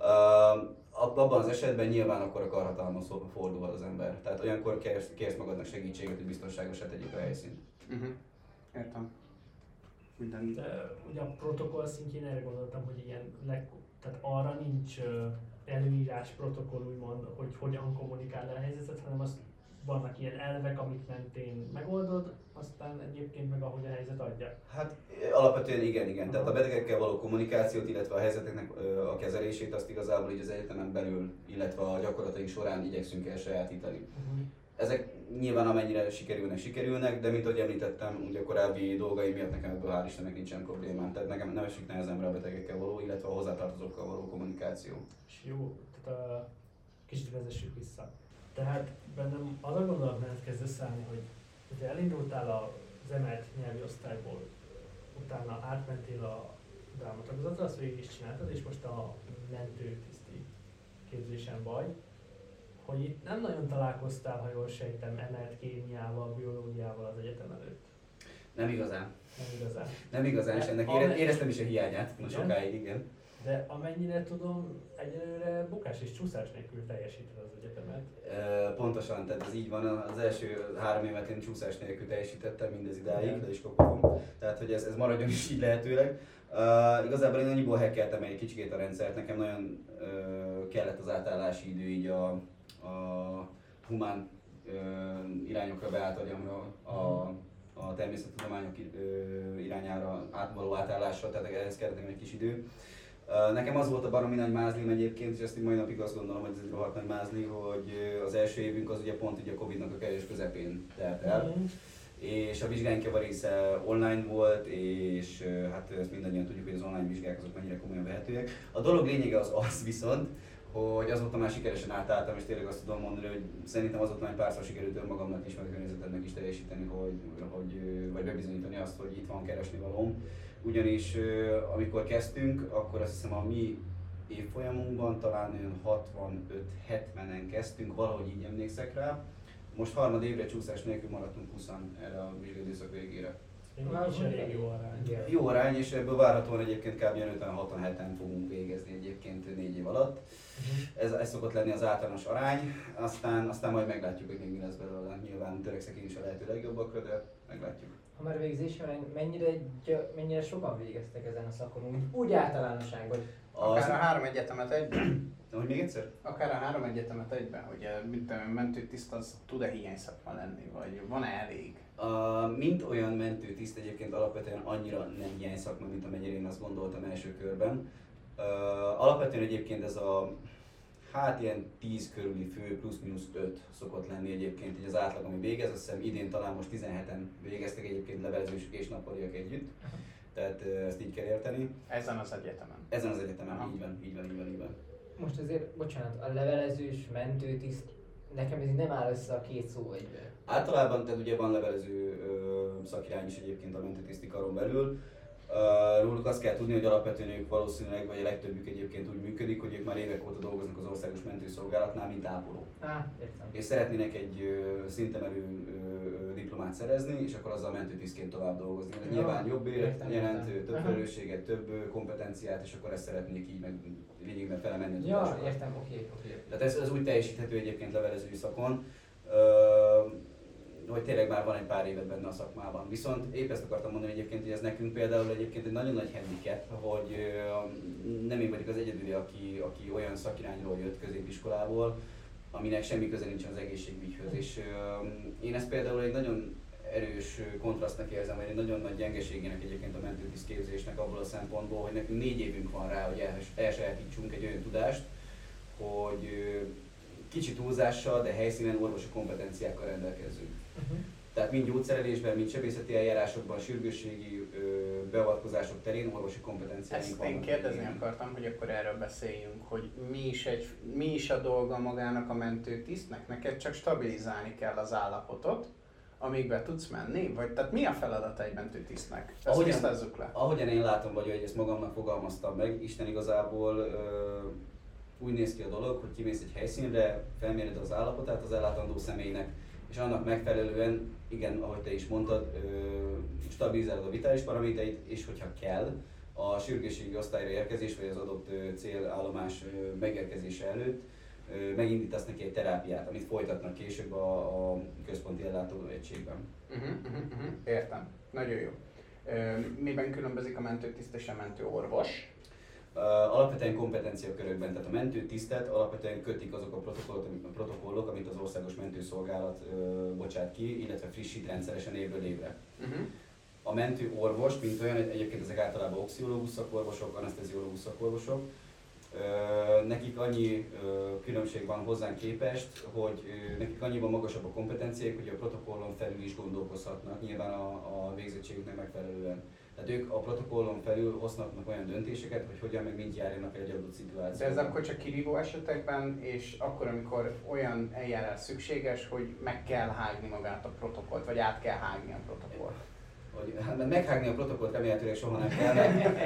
Abban az esetben nyilván akkor a karhatalmon fordulhat az ember. Tehát olyankor kérsz, kérsz magadnak segítséget, hogy biztonságosat tegyék a helyszínt.
Uh-huh. Értem. Minden.
De ugye a protokoll szintjén erre gondoltam, hogy ilyen leg, tehát arra nincs előírás, protokoll úgymond, hogy hogyan kommunikál a helyzetet, hanem az vannak ilyen elvek, amik mentén megoldod, aztán egyébként meg ahogy a helyzet adja.
Hát alapvetően igen, igen. Tehát a betegekkel való kommunikációt, illetve a helyzeteknek a kezelését azt igazából így az egyetemen belül, illetve a gyakorlataink során igyekszünk elsajátítani. Uh-huh. Ezek nyilván amennyire sikerülnek, sikerülnek, de mint ahogy említettem, ugye a korábbi dolgai miatt nekem ebből hál' Istennek nincsen problémám. Tehát nekem nem esik nehezemre a betegekkel való, illetve a hozzátartozókkal való kommunikáció.
És jó, tehát a kicsit vezessük vissza. Tehát bennem az a gondolat menet kezd összeállni, hogy hogyha elindultál az emelt nyelvi osztályból, utána átmentél a drámatagozatra, azt végig is csináltad, és most a mentőtiszti képzésen vagy, hogy itt nem nagyon találkoztál, ha jól sejtem, emelt kémiával, biológiával az egyetem előtt.
Nem igazán.
Nem igazán.
Nem igazán, és ennek ére, éreztem is a hiányát, most sokáig, igen.
De amennyire tudom, egyelőre bukás és csúszás nélkül teljesíted az egyetemet.
E, pontosan, tehát ez így van. Az első három évet én csúszás nélkül teljesítettem mindez idáig, de is kopogom. Tehát, hogy ez, ez maradjon is így lehetőleg. Uh, igazából én annyiból hackeltem egy kicsikét a rendszert, nekem nagyon uh, kellett az átállási idő így a, a humán uh, irányokra beátaljam a, a, a természettudományok uh, irányára átvaló átállásra, tehát ehhez kellett nekem egy kis idő. Uh, nekem az volt a baromi nagy mázlim egyébként, és ezt így mai napig azt gondolom, hogy ez egy rohadt nagy mázli, hogy az első évünk az ugye pont ugye a Covidnak a kellős közepén telt el. Mm. és a vizsgáink java része online volt, és hát ezt mindannyian tudjuk, hogy az online vizsgák azok mennyire komolyan vehetőek. A dolog lényege az az viszont, hogy azóta már sikeresen átálltam, és tényleg azt tudom mondani, hogy szerintem azóta már párszor sikerült önmagamnak is, meg a környezetemnek is teljesíteni, hogy, hogy, vagy bebizonyítani azt, hogy itt van keresni valóm. Ugyanis amikor kezdtünk, akkor azt hiszem a mi évfolyamunkban talán olyan hatvanöt hetvenen kezdtünk, valahogy így emlékszek rá. Most harmad évre csúszás nélkül maradtunk húszan erre a vizsgaidőszak végére.
Még is elég jó arány.
Jó arány, és ebből várhatóan egyébként kb. ötvenhat heten fogunk végezni egyébként négy év alatt. Uh-huh. Ez, ez szokott lenni az általános arány, aztán, aztán majd meglátjuk, hogy még mi lesz belőle. Nyilván törekszek én is a lehető legjobbakra, de meglátjuk.
Ha már végzés van, mennyire, mennyire sokan végeztek ezen a szakon, úgy, úgy általánosság, hogy...
Akár a három egyetemet egyben.
Hogy még egyszer?
Akár a három egyetemet egyben, hogy mint a mentőtiszt az tud-e hiányszakma lenni, vagy van-e elég?
Uh, mint olyan mentőtiszt egyébként alapvetően annyira nem hiányszakma, mint amennyire én azt gondoltam első körben. Uh, alapvetően egyébként ez a hát ilyen tíz körüli fő plusz-minusz öt szokott lenni egyébként így az átlag, ami végez. Azt hiszem idén talán most tizenheten végeztek egyébként levelezős és nappaliak együtt. Tehát uh, ezt így kell érteni.
Ezen az egyetemen?
Ezen az egyetemen, így van, így van, így van, így van.
Most azért, bocsánat, a levelezős, mentőtiszt, nekem ez így nem áll össze a két szó egybe.
Általában tehát ugye van levelező ö, szakirány is egyébként a mentőtiszti karon belül. Uh, róluk azt kell tudni, hogy alapvetően ők valószínűleg, vagy a legtöbbük egyébként úgy működik, hogy ők már évek óta dolgoznak az Országos Mentőszolgálatnál, mint ápoló.
Á, értem. És
szeretnének egy uh, szintemelő uh, diplomát szerezni, és akkor azzal mentőtisztként tovább dolgozni. Ez
ja,
nyilván jobb élet jelent, több
Aha.
felelősséget, több uh, kompetenciát, és akkor ezt szeretnék így meg lényegében felemenni a
Ja,
tudásokat.
értem, oké, okay, oké. Okay.
Tehát ez, ez úgy teljesíthető egyébként levelezői szakon. Uh, hogy tényleg már van egy pár évet benne a szakmában. Viszont épp ezt akartam mondani egyébként, hogy ez nekünk például egyébként egy nagyon nagy handicap, hogy nem én vagyok az egyedüli, aki, aki olyan szakirányról jött középiskolából, aminek semmi köze nincs az egészségügyhöz. És én ezt például egy nagyon erős kontrasztnak érzem, vagy egy nagyon nagy gyengeségének egyébként a mentőtiszt képzésnek abból a szempontból, hogy nekünk négy évünk van rá, hogy elsajátítsunk egy olyan tudást, hogy kicsi túlzással, de helyszínen orvosi kompetenciákkal rendelkezünk. Uh-huh. Tehát mind gyógyszerelésben, mind sebészeti eljárásokban, sürgősségi ö, beavatkozások terén orvosi kompetenciáink
Ezt
vannak.
én kérdezni akartam, hogy akkor erről beszéljünk, hogy mi is, egy, mi is a dolga magának a mentőtisztnek, neked csak stabilizálni kell az állapotot, amíg be tudsz menni? Vagy tehát mi a feladata egy mentőtisztnek? Ezt
ahogyan,
tisztázzuk le.
Ahogyan én látom, vagy hogy ezt magamnak fogalmaztam meg, Isten igazából ö, úgy néz ki a dolog, hogy kimész egy helyszínre, felméred az állapotát az ellátandó személynek, és annak megfelelően, igen, ahogy te is mondtad, stabilizálod a vitális paramétereit, és hogyha kell, a sürgősségi osztályra érkezés, vagy az adott célállomás megérkezése előtt megindítasz neki egy terápiát, amit folytatnak később a, a központi ellátó egységben.
Uh-huh, uh-huh, uh-huh. Értem. Nagyon jó. Miben különbözik a mentőtiszt és a mentőorvos?
Uh, alapvetően kompetenciakörökben, tehát a mentőtisztet alapvetően kötik azok a protokollok, a protokollok, amit az Országos Mentőszolgálat uh, bocsát ki, illetve frissít rendszeresen évről évre. Uh-huh. A mentőorvos, mint olyan, egyébként ezek általában oxiológus szakorvosok, aneszteziológus szakorvosok, uh, nekik annyi uh, különbség van hozzánk képest, hogy uh, nekik annyiban magasabb a kompetenciák, hogy a protokollon felül is gondolkozhatnak, nyilván a, a végzettségüknek megfelelően. Tehát ők a protokollon felül hoznak olyan döntéseket, hogy hogyan meg mint járjanak egy adott szituációban.
De ez akkor csak kirívó esetekben, és akkor, amikor olyan eljárás szükséges, hogy meg kell hágni magát a protokollt, vagy át kell hágni a protokollt.
Hogy, hát meghágni a protokollt remélhetőleg soha nem kell,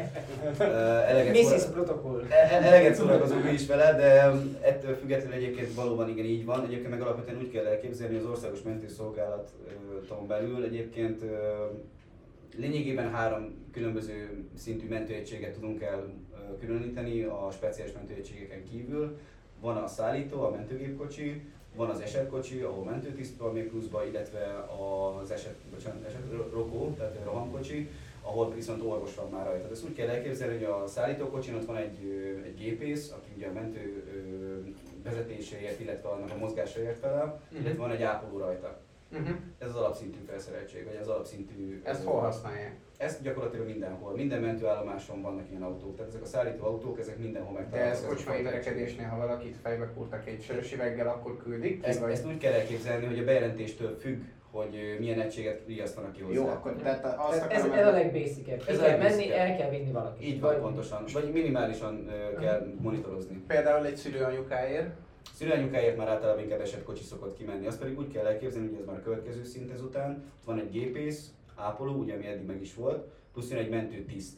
mert
missis protokoll.
Eleget szórakozunk mi is vele, de ettől függetlenül egyébként valóban igen így van. Egyébként meg alapvetően úgy kell elképzelni, hogy az Országos Mentőszolgálaton belül egyébként lényegében három különböző szintű mentőegységet tudunk elkülöníteni a speciális mentőegységeken kívül. Van a szállító, a mentőgépkocsi, van az esetkocsi, ahol mentőtiszt van még pluszba, illetve az eset, bocsánat, esetrokó, tehát a rohamkocsi, ahol viszont orvos van már rajta. Ezt úgy kell elképzelni, hogy a szállítókocsin ott van egy, egy gépész, aki ugye a mentő vezetéséért, illetve annak a mozgásáért felel, uh-huh. illetve van egy ápoló rajta. Uh-huh. Ez az alapszintű felszereltség, vagy az alapszintű...
Ezt hol használják?
Ezt gyakorlatilag mindenhol. Minden mentőállomáson vannak ilyen autók, tehát ezek a szállító autók, ezek mindenhol
De
megtalálhatók.
ez kocsmai verekedésnél, ha valakit fejbe kurtak egy sörös üveggel, akkor küldik ki?
Ezt,
vagy?
ezt úgy kell elképzelni, hogy a bejelentéstől függ, hogy milyen egységet riasztanak ki hozzá.
Jó, akkor tehát azt
ez,
akarom...
ez a legbasic-ebb. Ki
Ez a
kell menni,
legbasic-ebb.
el kell vinni valakit.
Így van,
Vagy-
pontosan. Vagy minimálisan uh, kell monitorozni.
Például egy szülőanyukáért.
Szülőanyukáért már általában inkább esetkocsi szokott kimenni. Azt pedig úgy kell elképzelni, hogy ez már a következő szint ezután. Ott van egy gépész, ápoló, ugye ami eddig meg is volt, plusz jön egy mentőtiszt.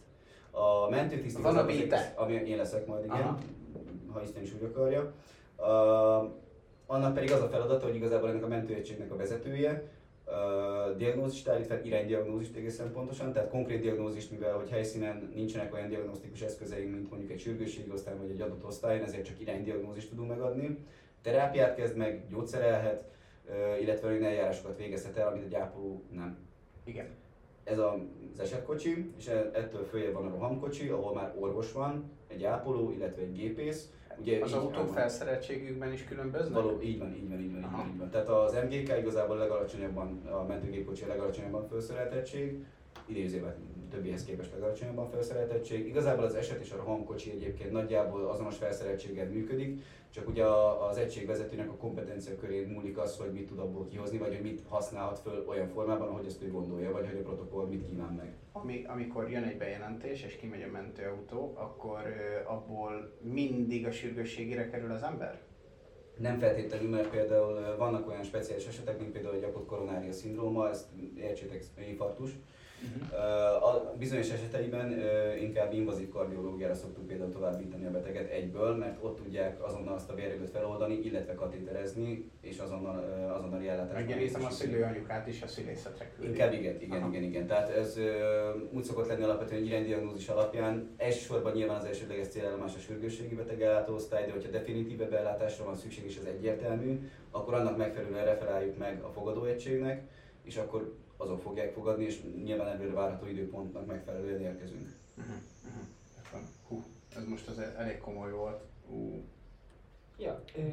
A mentőtiszt
Van a
igazából
béte?
az- ami én leszek majd, igen,
Aha.
ha Isten is úgy akarja. Uh, annak pedig az a feladata, hogy igazából ennek a mentőegységnek a vezetője, uh, diagnózist állít fel, iránydiagnózist egészen pontosan, tehát konkrét diagnózist, mivel hogy helyszínen nincsenek olyan diagnosztikus eszközeink, mint mondjuk egy sürgősségi osztály vagy egy adott osztályon, ezért csak iránydiagnózist tudunk megadni. Terápiát kezd meg, gyógyszerelhet, uh, illetve olyan eljárásokat végezhet el, amit egy ápoló nem.
Igen.
Ez az esetkocsi, és ettől följebb van a rohamkocsi, ahol már orvos van, egy ápoló, illetve egy gépész. Ugye
Az
így-
autók
van.
felszereltségükben is különböznek?
Való, így van, így van, így van, így
Aha.
van, így van. Tehát az em gé ká igazából legalacsonyabban, a mentőgépkocsi a legalacsonyabban felszereltettség, idézőben többihez képest legalacsonyabban felszereltettség. Igazából az eset és a rohamkocsi egyébként nagyjából azonos felszereltséggel működik, csak ugye a- az egységvezetőnek a kompetencia körén múlik az, hogy mit tud abból kihozni, vagy hogy mit használhat föl olyan formában, ahogy ezt ő gondolja, vagy hogy a protokoll mit kíván meg.
Ami, amikor jön egy bejelentés és kimegy a mentőautó, akkor ö, abból mindig a sürgősségére kerül az ember?
Nem feltétlenül, mert például ö, vannak olyan speciális esetek, mint például egy akut koronária szindróma, ezt értsétek, infarktus.
Uh-huh.
Ö, A bizonyos eseteiben ö, inkább invazív kardiológiára szoktuk például továbbítani a beteget egyből, mert ott tudják azonnal azt a vérrögöt feloldani, illetve katéterezni, és azonnal ö, azonnali ellátásban
Meggyanítom a
részesíteni.
szülőanyukát is a szülészetre küldi.
Inkább igen, igen,
Aha.
igen, igen. Tehát ez ö, úgy szokott lenni alapvetően egy iránydiagnózis alapján. Elsősorban nyilván az elsődleges célállomás a sürgősségi betegellátóosztály, de hogyha definitíve beellátásra van szükség és ez egyértelmű, akkor annak megfelelően referáljuk meg a fogadóegységnek, és akkor azok fogják fogadni, és nyilván előre várható időpontnak megfelelően érkezünk.
Uh-huh. Uh-huh. Hát van. Hú, ez most az elég komoly volt. Uh.
Ja, ö,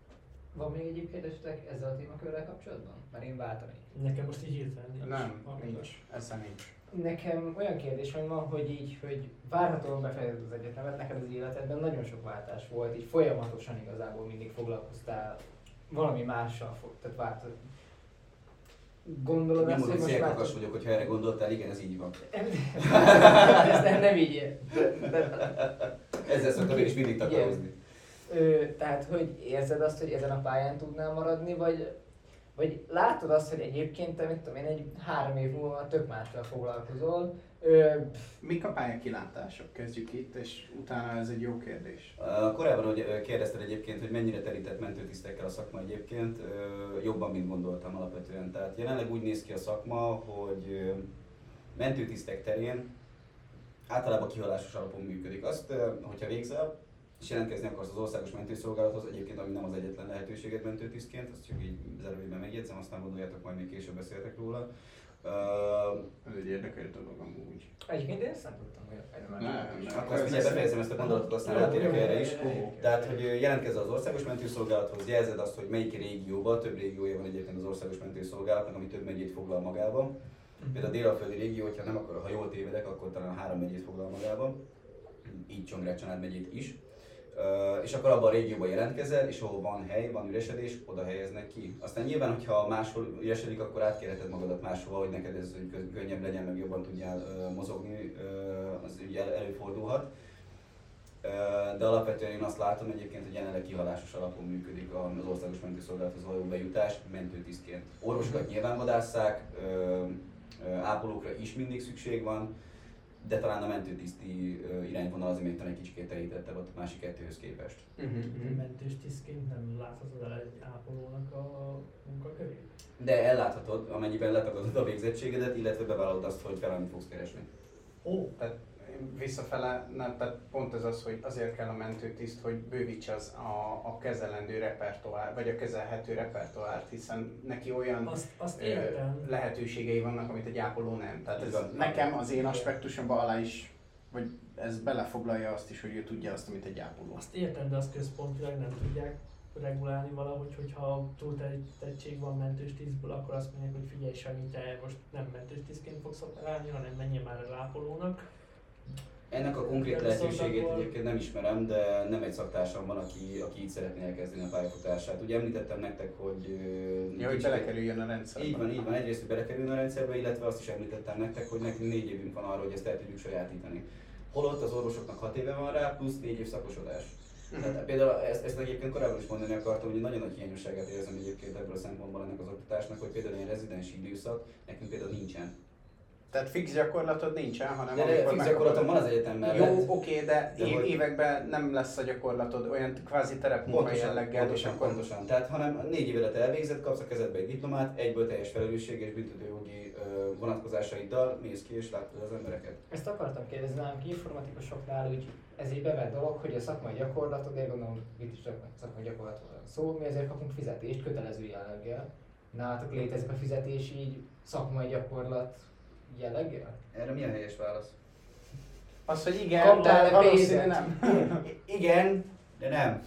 van még egyéb kérdésetek ezzel a témakörrel kapcsolatban? Mert én váltanék.
Nekem most így hirtelen nincs.
Nem,
Akkor-
nincs. Ezzel nincs.
Nekem olyan kérdés van ma, hogy így, hogy várhatóan befejezed az egyetemet, neked az életedben nagyon sok váltás volt, így folyamatosan igazából mindig foglalkoztál valami mással, fog, tehát változat. Gondolod
Nem
azt,
mondom,
hogy
hogy
most
szélkakas vagyok, hogyha erre gondoltál, igen, ez így van.
Ezt nem, nem így ér. De- de-
Ezzel szoktam én is mindig takarozni.
Ö, tehát, hogy érzed azt, hogy ezen a pályán tudnál maradni, vagy, vagy látod azt, hogy egyébként te, mit tudom én, egy három év múlva tök mással foglalkozol? Ö,
Mik a pályakilátások? Kezdjük itt, és utána ez egy jó kérdés.
Uh, Korábban hogy ö, kérdezted egyébként, hogy mennyire terített mentőtisztekkel a szakma egyébként, ö, jobban, mint gondoltam alapvetően. Tehát jelenleg úgy néz ki a szakma, hogy ö, mentőtisztek terén általában kihalásos alapon működik. Azt, ö, hogyha végzel, és jelentkezni akarsz az országos mentőszolgálathoz, egyébként ami nem az egyetlen lehetőséged mentőtisztként, azt csak így zerőjében megjegyzem, aztán gondoljátok, majd még később beszéltek róla. Uh,
Ez egy érdekes dolog amúgy.
egyébként én ezt nem tudtam, hogy erről már
Nem,
is.
nem.
Akkor ezt mindjárt befejezem ezt a gondolatot, aztán
Jó,
rátérek
jó,
erre
jó,
is.
jó, jó.
Tehát, hogy jelentkezz az országos mentőszolgálathoz, jelzed azt, hogy melyik régióban, több régiója van egyébként az országos mentőszolgálatnak, ami több megyét foglal magában. Például a délalföldi régió, hogyha nem akar, ha jól tévedek, akkor talán három megyét foglal magában, így Csongrád-Csanád megyét is. Uh, és akkor abban a régióban jelentkezel, és ahol van hely, van üresedés, oda helyeznek ki. Aztán nyilván, hogyha máshol üresedik, akkor átkérheted magadat máshova, hogy neked ez hogy kö- könnyebb legyen, meg jobban tudjál uh, mozogni, uh, az ugye el- előfordulhat. Uh, de alapvetően én azt látom egyébként, hogy jelenleg kihalásos alapon működik az országos mentőszolgálathoz való bejutás mentőtisztként. Orvosokat nyilván vadásszák, uh, uh, ápolókra is mindig szükség van, de talán a mentőtiszti ö, irányvonal azért még talán egy kicsit telítettebb a másik kettőhöz képest.
Uh-huh.
Mentős tisztként nem láthatod el egy ápolónak a munkakörét?
De elláthatod, amennyiben letagadod a végzettségedet, illetve bevállalod azt, hogy fel, amit fogsz keresni.
Ó,
Tehát visszafele, nem, tehát pont ez az, hogy azért kell a mentőtiszt, hogy bővítse az a, a kezelendő repertoár, vagy a kezelhető repertoárt, hiszen neki olyan
azt, azt
ö,
értem.
lehetőségei vannak, amit egy ápoló nem. Tehát ez
Igen.
nekem az én aspektusomban alá is, vagy ez belefoglalja azt is, hogy ő tudja azt, amit egy ápoló.
Azt értem, de azt központilag nem tudják regulálni valahogy, hogyha túlterítettség van mentős tisztből, akkor azt mondják, hogy figyelj Sanyi, te most nem mentős tisztként fogsz operálni, hanem menjél már el ápolónak.
Ennek a konkrét lehetőségét egyébként nem ismerem, de nem egy szaktársam van, aki, aki így szeretné elkezdeni a pályafutását. Ugye említettem nektek, hogy...
Ja, hogy belekerüljön a rendszerbe.
Így van, így van. Egyrészt, hogy belekerüljön a rendszerbe, illetve azt is említettem nektek, hogy nekünk négy évünk van arra, hogy ezt el tudjuk sajátítani. Holott az orvosoknak hat éve van rá, plusz négy év szakosodás. Uh-huh. Tehát például ezt, ezt egyébként korábban is mondani akartam, hogy nagyon nagy hiányosságát érzem egyébként ebből a szempontból ennek az oktatásnak, hogy például ilyen rezidensi időszak nekünk például nincsen.
Tehát fix gyakorlatod nincsen, hanem
de amikor fix gyakorlatom van az egyetem mellett.
Jó, oké, de, de év,
hogy...
években nem lesz a gyakorlatod olyan kvázi terepmunka jelleggel.
Pontosan, akkor... pontosan. Tehát hanem négy évedet elvégzett, kapsz a kezedbe egy diplomát, egyből teljes felelősség és büntetőjogi vonatkozásaiddal mész ki és látod az embereket.
Ezt akartam kérdezni, nálunk informatikusoknál úgy ez egy bevett dolog, hogy a szakmai gyakorlatod, én gondolom itt is csak szakmai gyakorlatról van szó, mi ezért kapunk fizetést kötelező jelleggel. Nálatok létezik a fizetés így szakmai gyakorlat jelleggel?
Erre mi a helyes válasz?
Az, hogy igen, de valószínűleg nem.
Igen, de nem.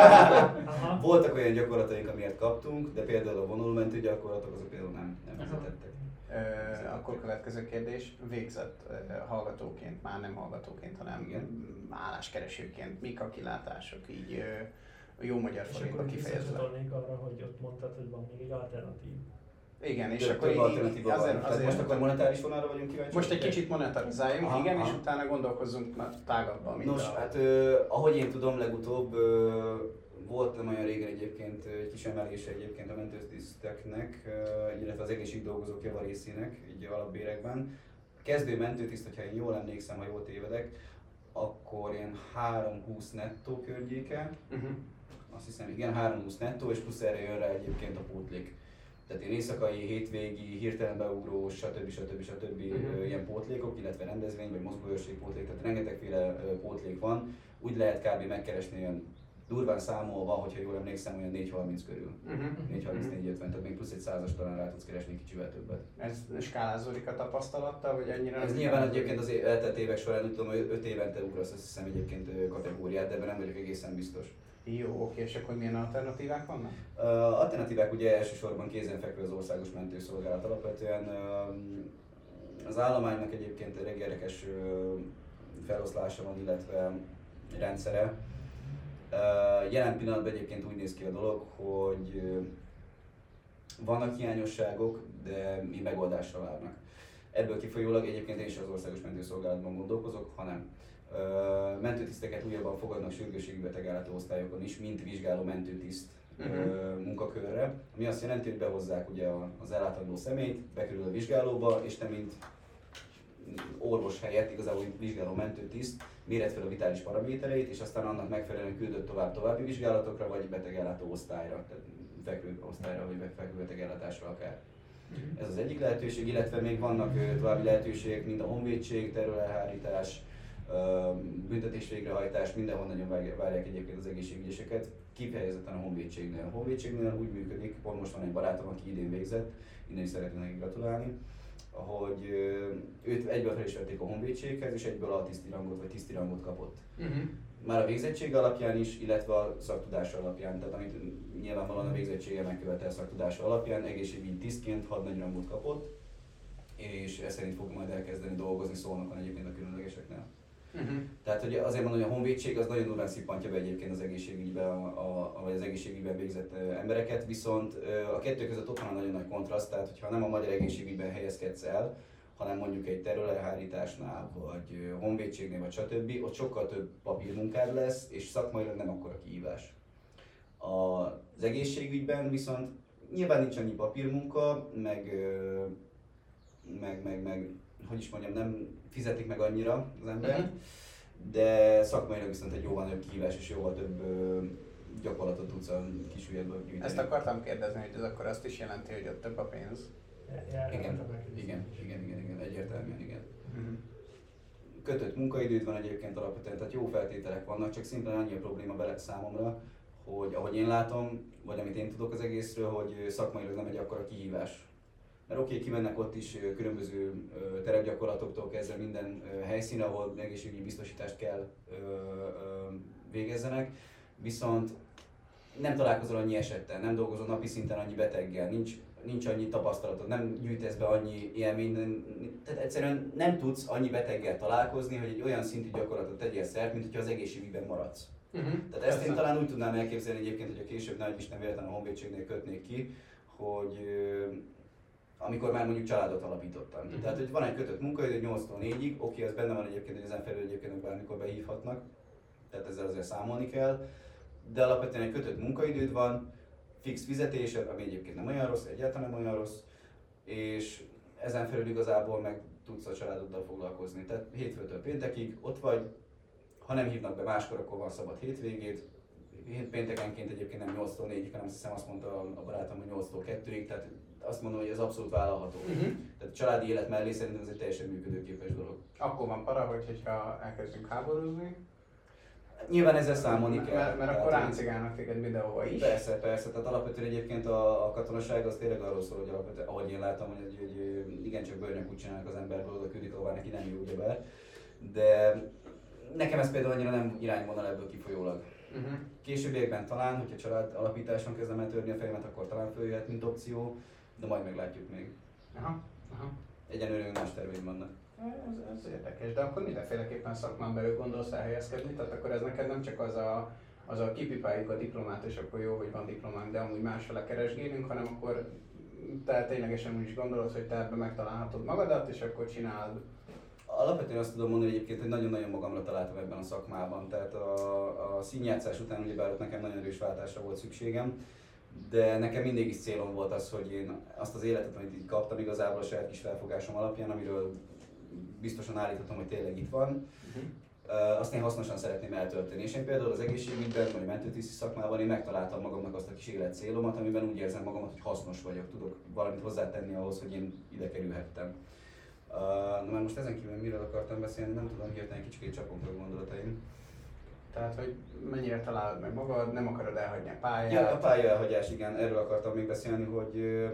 Voltak olyan gyakorlataink, amiért kaptunk, de például a vonulmentő gyakorlatok azok például nem, nem fizetettek.
Uh, akkor következő kérdés, végzett uh, hallgatóként, már nem hallgatóként, hanem igen. álláskeresőként, mik a kilátások így uh, jó magyar forintba kifejezve?
És akkor arra, hogy ott mondtad, hogy van még egy alternatív.
Igen, és
több,
akkor
több
így, azért, azért,
most akkor monetáris vonalra vagyunk kíváncsiak?
Most egy kicsit monetarizáljunk, aha, igen, aha. És utána gondolkozzunk tágabban.
Nos, a... hát ö, ahogy én tudom, legutóbb ö, volt nem olyan régen egyébként egy kis emelése egyébként a mentőtiszteknek, ö, illetve az egészségdolgozók javarészének, így alapbérekben. A kezdő mentőtiszt, hogyha én jól emlékszem, ha jól tévedek, akkor ilyen három húsz nettó környéke, uh-huh. Azt hiszem igen, három húsz nettó, és plusz erre jön rá egyébként a pótlék. Tehát én éjszakai, hétvégi, hirtelen beugrós, stb. stb. stb. Uh-huh. ilyen pótlékok, illetve rendezvény vagy mozgóőrség pótlék, tehát rengetegféle pótlék van. Úgy lehet kb. Megkeresni olyan durván számolva, hogyha jól emlékszem, olyan négy harminc körül. Uh-huh. négy harminc négy ötven, tehát még plusz egy százas talán rá tudsz keresni kicsivel többet.
Ez skálázódik a tapasztalattal, vagy ennyire?
Ez nyilván egyébként az eltelt évek során, úgy tudom, hogy öt évente ugrasz, azt hiszem egyébként kategóriát, de ebben nem vagyok egészen biztos.
Jó, oké, és akkor milyen alternatívák vannak?
Uh, alternatívák ugye elsősorban kézenfekvő az Országos Mentőszolgálat. Alapvetően uh, az állománynak egyébként egy érdekes uh, feloszlása van, illetve rendszere. Uh, jelen pillanatban egyébként úgy néz ki a dolog, hogy uh, vannak hiányosságok, de mi megoldásra várnak. Ebből kifolyólag egyébként én is az Országos Mentőszolgálatban gondolkozok, hanem uh, mentőtiszteket újabban fogadnak sürgősségi betegellátó osztályokon is, mint vizsgáló mentőtiszt uh-huh. uh, munkakörre, ami azt jelenti, hogy behozzák ugye az ellátandó személyt, bekerül a vizsgálóba, és te mint orvos helyett igazából vizsgáló mentőtiszt méred fel a vitális paramétereit, és aztán annak megfelelően küldött tovább további vizsgálatokra, vagy betegellátó osztályra, tehát fekvő osztályra, vagy fekvő betegellátásra akár. Uh-huh. Ez az egyik lehetőség, illetve még vannak uh, további lehetőségek, mint a honvédség, terrorelhárítás, uh, büntetés végrehajtás, mindenhol nagyon várják egyébként az egészségügyeseket, kifejezetten a honvédségnél. A honvédségnél úgy működik, pont most van egy barátom, aki idén végzett, innen is szeretnék neki gratulálni, hogy őt egyből fel is vették a honvédséghez, és egyből a tiszti rangot vagy tiszti rangot kapott. Uh-huh. Már a végzettsége alapján is, illetve a szaktudása alapján, tehát amit nyilvánvalóan a végzettsége megkövetel szaktudása alapján, egészségügyi tisztként hadnagy rangot kapott, és ez szerint fog majd elkezdeni dolgozni Szolnokon egyébként a különlegeseknél. Uh-huh. Tehát hogy azért mondom, hogy a honvédség az nagyon durván szippantja be egyébként az egészségügyben, a, a, vagy az egészségügyben végzett embereket, viszont a kettő között ott van a nagyon nagy kontraszt, tehát hogyha nem a magyar egészségügyben helyezkedsz el, hanem mondjuk egy terrorelhárításnál, vagy honvédségnél, vagy stb., ott sokkal több papírmunkád lesz, és szakmailag nem akkora kihívás. Az egészségügyben viszont nyilván nincs annyi papírmunka, meg, meg, meg, meg hogy is mondjam, nem fizetik meg annyira az embert, uh-huh. de szakmailag viszont egy jóval nagyobb kihívás és jóval több ö, gyakorlatot tudsz a kis ujjadból gyűjteni.
Ezt akartam kérdezni, hogy ez akkor azt is jelenti, hogy ott több a pénz?
Ja,
igen, igen, igen, igen, igen, egyértelműen igen. Uh-huh. Kötött munkaidőd van egyébként alapvetően, tehát jó feltételek vannak, csak szimplán annyi a probléma vele számomra, hogy ahogy én látom, vagy amit én tudok az egészről, hogy szakmailag nem egy akkora kihívás. Mert oké, okay, kimennek ott is különböző terepgyakorlatoktól kezdve minden helyszínre, ahol egészségügyi biztosítást kell végezzenek, viszont nem találkozol annyi esettel, nem dolgozol napi szinten annyi beteggel, nincs, nincs annyi tapasztalatod, nem gyűjtesz be annyi élményt, tehát egyszerűen nem tudsz annyi beteggel találkozni, hogy egy olyan szintű gyakorlatot tegyél szert, mint hogyha az egészségügyben maradsz.
Uh-huh.
Tehát ezt én talán úgy tudnám elképzelni egyébként, hogyha később nagy Isten véletlenül a honvédségnél kötnék ki, hogy amikor már mondjuk családot alapítottam. Uh-huh. Tehát, hogy van egy kötött munkaidő nyolctól négyig, oké, az benne van egyébként, hogy ezen felül egyébként bármikor behívhatnak, tehát ezzel azért számolni kell, de alapvetően egy kötött munkaidőd van, fix fizetésed, ami egyébként nem olyan rossz, egyáltalán nem olyan rossz, és ezen felül igazából meg tudsz a családoddal foglalkozni. Tehát hétfőtől péntekig ott vagy, ha nem hívnak be máskor, akkor van szabad hétvégét. Péntekenként egyébként nem nyolctól négyig, hanem azt hiszem azt mondta a barátom, hogy nyolctól kettőig, tehát azt mondom, hogy ez abszolút vállalható. Uh-huh. Tehát a családi élet mellé szerintem ez egy teljesen működőképes dolog.
Akkor van para, hogy, hogyha elkezdünk háborúzni.
Nyilván ezzel számolni kell.
Mert, mert akkor ráncigálnak téged mindenhova is.
Persze, persze. Tehát alapvetően egyébként a, a katonaság az tényleg arról szól, hogy alapvetően, ahogy én látom, hogy, hogy igencsak bőrnyakút csinálnak az emberből, oda küldik, ahová neki nem jó, ugyebár. De nekem ez például annyira nem irányvonal ebből kifolyólag. Uh-huh. Későbbiekben talán, hogyha család alapításon kezdem el törni a fejemet, akkor talán följöhet, mint opció, de majd meglátjuk még.
Aha, aha.
Egyenlőre más terveim vannak.
Ez, ez érdekes, de akkor mindenféleképpen szakmán belül gondolsz elhelyezkedni, tehát akkor ez neked nem csak az a, az a kipipáljuk a diplomát, és akkor jó, hogy van diplománk, de amúgy másfele keresgélünk, hanem akkor te ténylegesen úgy is gondolod, hogy te ebben megtalálhatod magadat, és akkor csinálod.
Alapvetően azt tudom mondani egyébként, hogy nagyon-nagyon magamra találtam ebben a szakmában, tehát a, a színjátszás után ugyebár ott nekem nagyon erős váltásra volt szükségem, de nekem mindig is célom volt az, hogy én azt az életet, amit így kaptam igazából a saját kis felfogásom alapján, amiről biztosan állíthatom, hogy tényleg itt van, uh-huh. azt én hasznosan szeretném eltölteni. És én például az egészségügyben, vagy a mentőtiszi szakmában én megtaláltam magamnak azt a kis életcélomat, amiben úgy érzem magamat, hogy hasznos vagyok, tudok valamit hozzátenni ahhoz, hogy én ide kerülhettem. Uh, na már most ezen kívül miről akartam beszélni, nem tudom, hirtelen kicsikét csapongtak a gondolataim.
Tehát, hogy mennyire találod meg magad, nem akarod elhagyni a pályát?
Ja, a pálya elhagyás, igen, erről akartam még beszélni, hogy uh,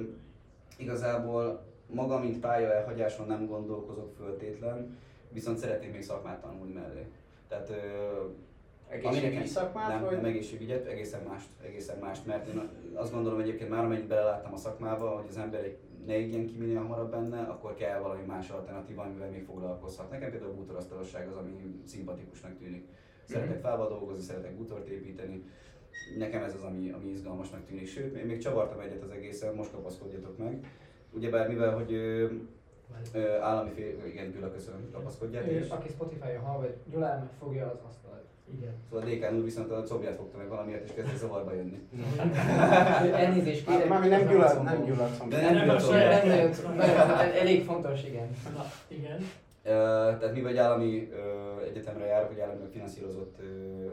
igazából maga, mint pálya elhagyáson nem gondolkozok föltétlen, viszont szeretnék még szakmát tanulni mellé. Tehát, uh,
egészségügyi szakmát?
Nem,
vagy?
nem egészségügyet, egészen mást, egészen mást, mert én azt gondolom egyébként már amennyit beleláttam a szakmába, hogy az ember ne igyen ki minél hamarabb benne, akkor kell valami más alternatíva, amivel még foglalkozhat. Nekem például a bútorasztalosság az, ami szimpatikusnak tűnik. Szeretek mm-hmm. fával dolgozni, szeretek bútort építeni. Nekem ez az, ami, ami izgalmasnak tűnik. Sőt, én még csavartam egyet az egészen, most kapaszkodjatok meg. Ugyebár mivel, hogy ö, ö, állami fél... Igen, Gyula, köszönöm, kapaszkodját is.
Aki Spotify-on hallgat, Gyulán meg fogja az asztalat.
Igen.
Szóval a Dékán úr viszont a combját fogta meg valamiért, és kezdett zavarba jönni.
Elnézést kérek.
Mármint nem Gyula, nem Gyula combját.
De nem Gyula combját.
Nem nagyon, elég fontos, igen.
Na, igen.
Uh, tehát mivel egy állami uh, egyetemre járok, hogy államilag finanszírozott uh,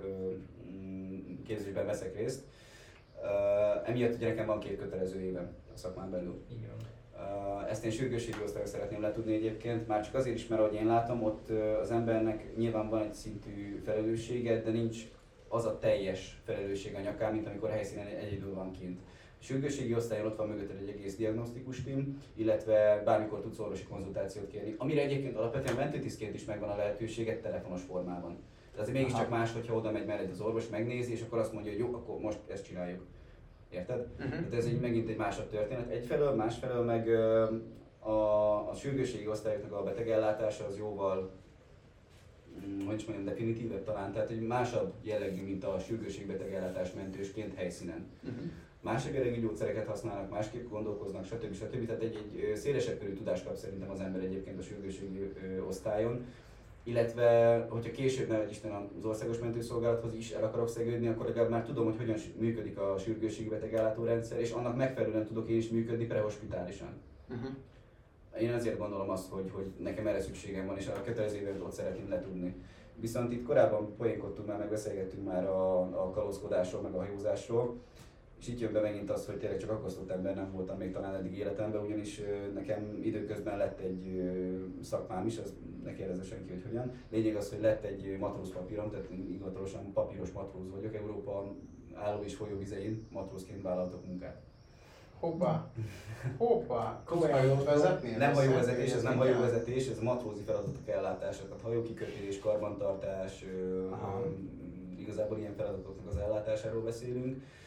uh, képzésben veszek részt, uh, emiatt ugye nekem van két kötelező évem a szakmán belül.
Igen.
Uh, ezt én sürgősségi osztályon szeretném letudni egyébként, már csak azért is, mert ahogy én látom, ott uh, az embernek nyilván van egy szintű felelőssége, de nincs az a teljes felelősség a nyakán, mint amikor helyszínen egyedül van kint. A sürgősségi osztályon ott van mögötted egy egész diagnosztikus tím, illetve bármikor tudsz orvosi konzultációt kérni, amire egyébként alapvetően mentőtisztként is megvan a lehetőséget telefonos formában. Tehát azért mégiscsak más, hogyha oda megy mellett az orvos, megnézi, és akkor azt mondja, hogy jó, akkor most ezt csináljuk. Érted? Uh-huh. Tehát ez egy, megint egy másabb történet. Egyfelől, másfelől meg a, a sürgősségi osztályoknak a betegellátása az jóval, hogy is mondjam, definitívebb talán, tehát egy másabb jellegű, mint a sürgősségi betegellátás mentősként helyszínen. Uh-huh. Másik jellegű gyógyszereket használnak, másképp gondolkoznak, stb. stb. Tehát egy, egy szélesebb körű tudást kap szerintem az ember egyébként a sürgősségi osztályon. Illetve, hogyha később, nehogy Isten, az országos mentőszolgálathoz is el akarok szegődni, akkor legalább már tudom, hogy hogyan működik a sürgősségi betegellátó-rendszer, és annak megfelelően tudok én is működni prehospitálisan. Uh-huh. Én azért gondolom azt, hogy, hogy nekem erre szükségem van, és a kötelező évet ott szeretném letudni. Viszont itt korábban poénkodtunk már, meg beszélgettünk már a, a kalózkodásról, meg a hajózásról, és itt jön be megint az, hogy tényleg csak akasztott ember nem voltam még talán eddig életemben, ugyanis nekem időközben lett egy szakmám is, az ne kérdezze senki, hogy hogyan. Lényeg az, hogy lett egy matróz papírom, tehát hivatalosan papíros matróz vagyok, Európa álló és folyóvizein matrózként vállaltok munkát.
Hoppá! Hoppá! Tudsz hajót vezetni?
Nem hajóvezetés, ez nem hajóvezetés, ez matrózi feladatok ellátása, tehát hajókikötés, karbantartás, igazából ilyen feladatoknak az ellátásáról beszélünk.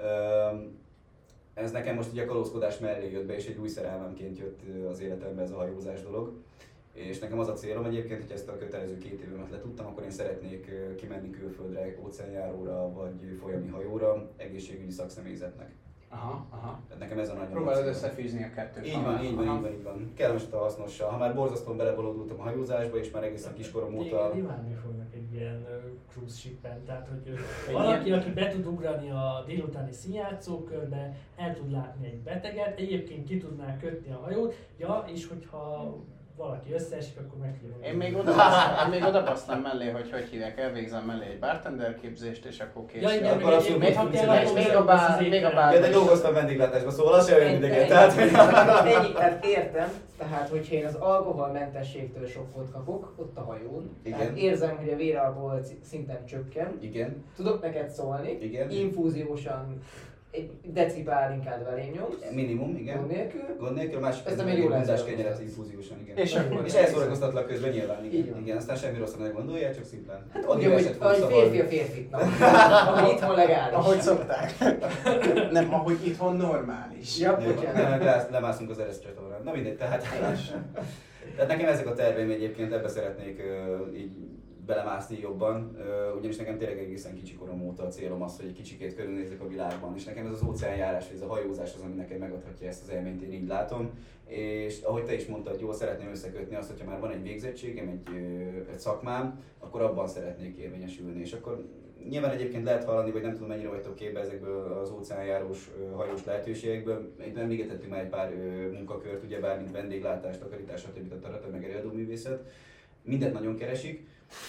Ez nekem most ugye a kalózkodás mellé jött be, és egy új szerelmemként jött az életembe ez a hajózás dolog. És nekem az a célom egyébként, hogy ezt a kötelező két évemet letudtam, akkor én szeretnék kimenni külföldre, óceánjáróra vagy folyami hajóra, egészségügyi szakszemélyzetnek.
Aha, aha.
Tehát nekem ez a nagy
Próbálod összefűzni a kettőt.
Így van, így van, így van, így van. Kellemes a hasznossal. Ha már borzasztóan belebolódultam a hajózásba, és már egészen kiskorom óta...
Téged imádni fognak egy ilyen uh, cruise shipen, tehát hogy uh, valaki, aki be tud ugrani a délutáni színjátszókörbe, el tud látni egy beteget, egyébként ki tudná kötni a hajót, ja, és hogyha valaki összeesik, akkor meg tudja.
Én még oda, én még oda basztam mellé, hogy hogy hívják, elvégzem mellé egy bartender képzést, és akkor kész.
Ja, igen,
akkor abszolút
még,
még,
még,
még,
még a bár, még a bár.
Ja, de dolgoztam vendéglátásban, szóval az sem olyan idegen,
Ennyi,
tehát...
ennyi, tehát értem, tehát hogyha én az alkoholmentességtől sokkot kapok, ott a hajón,
Igen.
tehát érzem, hogy a véralkohol szinten csökken,
Igen,
tudok neked szólni,
igen.
infúziósan egy deci pálinkát belém nyomsz,
Minimum, igen.
gond nélkül.
Gond nélkül, a másik
Ezt
pedig
még jól
bundás
lehet
kenyeret
hozzá.
infúziósan, igen.
És akkor
És elszórakoztatlak közben nyilván,
Így
igen.
van.
Igen, aztán semmi rosszra nem gondolják, csak szimplán.
Hát
Addig
úgy, hogy
esett
ahogy
volt
férfi a
szabad.
férfitnak, ahogy itthon legális.
Ahogy szokták. Nem, ahogy itthon normális.
Ja,
Jó,
bocsánat.
nem, le- lemászunk az Eresz csatornán. Na mindegy, tehát... Tehát nekem ezek a terveim egyébként, ebbe szeretnék uh, így belemászni jobban, uh, ugyanis nekem tényleg egészen kicsi korom óta a célom az, hogy egy kicsikét körülnézzek a világban, és nekem ez az óceánjárás, vagy ez a hajózás az, ami nekem megadhatja ezt az élményt, én így látom. És ahogy te is mondtad, jól szeretném összekötni azt, hogyha már van egy végzettségem, egy, uh, egy szakmám, akkor abban szeretnék érvényesülni. És akkor nyilván egyébként lehet hallani, vagy nem tudom mennyire vagytok képbe ezekből az óceánjárós, hajós lehetőségekből. Itt emlékeztettünk már egy pár munkakört, ugyebár mint vendéglátás, takarítás, stb. Tarata, meg előadóművészet. Mindent nagyon keresik,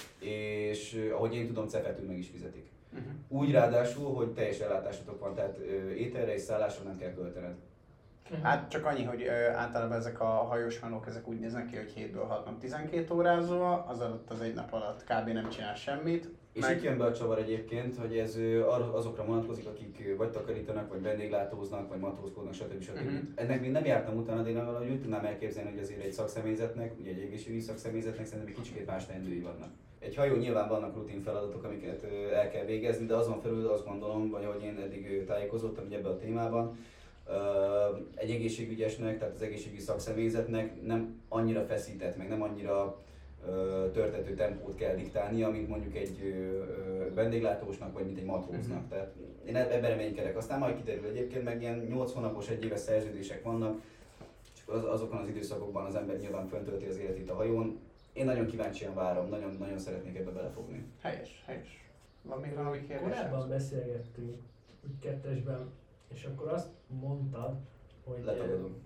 és ahogy én tudom, cefetül meg is fizetik. Uh-huh. Úgy ráadásul, hogy teljes ellátásotok van, tehát ételre és szállásra nem kell költened.
Hát csak annyi, hogy ö, általában ezek a hajós melók, ezek úgy néznek ki, hogy hétből hat nap tizenkét órázol, az alatt az egy nap alatt kb. Nem csinál semmit.
És
Meg...
itt jön be a csavar egyébként, hogy ez ö, ar- azokra vonatkozik, akik vagy takarítanak, vagy vendéglátóznak, vagy matózkodnak, stb. stb. Uh-huh. Ennek még nem jártam utána, de én valahogy úgy tudnám elképzelni, hogy azért egy szakszemélyzetnek, ugye egy egészségügyi szakszemélyzetnek szerintem egy kicsit más teendői vannak. Egy hajó nyilván vannak rutin feladatok, amiket ö, el kell végezni, de azon felül azt gondolom, vagy ahogy én eddig ö, tájékozottam ugye ebben a témában, Uh, egy egészségügyesnek, tehát az egészségügyi szakszemélyzetnek nem annyira feszített, meg nem annyira uh, törtető tempót kell diktálnia, mint mondjuk egy uh, vendéglátósnak, vagy mint egy matróznak. Mm-hmm. Tehát én ebben reménykedek. Aztán majd kiderül egyébként, meg ilyen nyolc hónapos, egy éves szerződések vannak, és az, azokon az időszakokban az ember nyilván föntölti az életét a hajón. Én nagyon kíváncsian várom, nagyon, nagyon szeretnék ebbe belefogni.
Helyes, helyes. Van még valami kérdés?
Korábban beszélgettünk, úgy kettesben, és akkor azt mondtad, hogy,
Letagadom.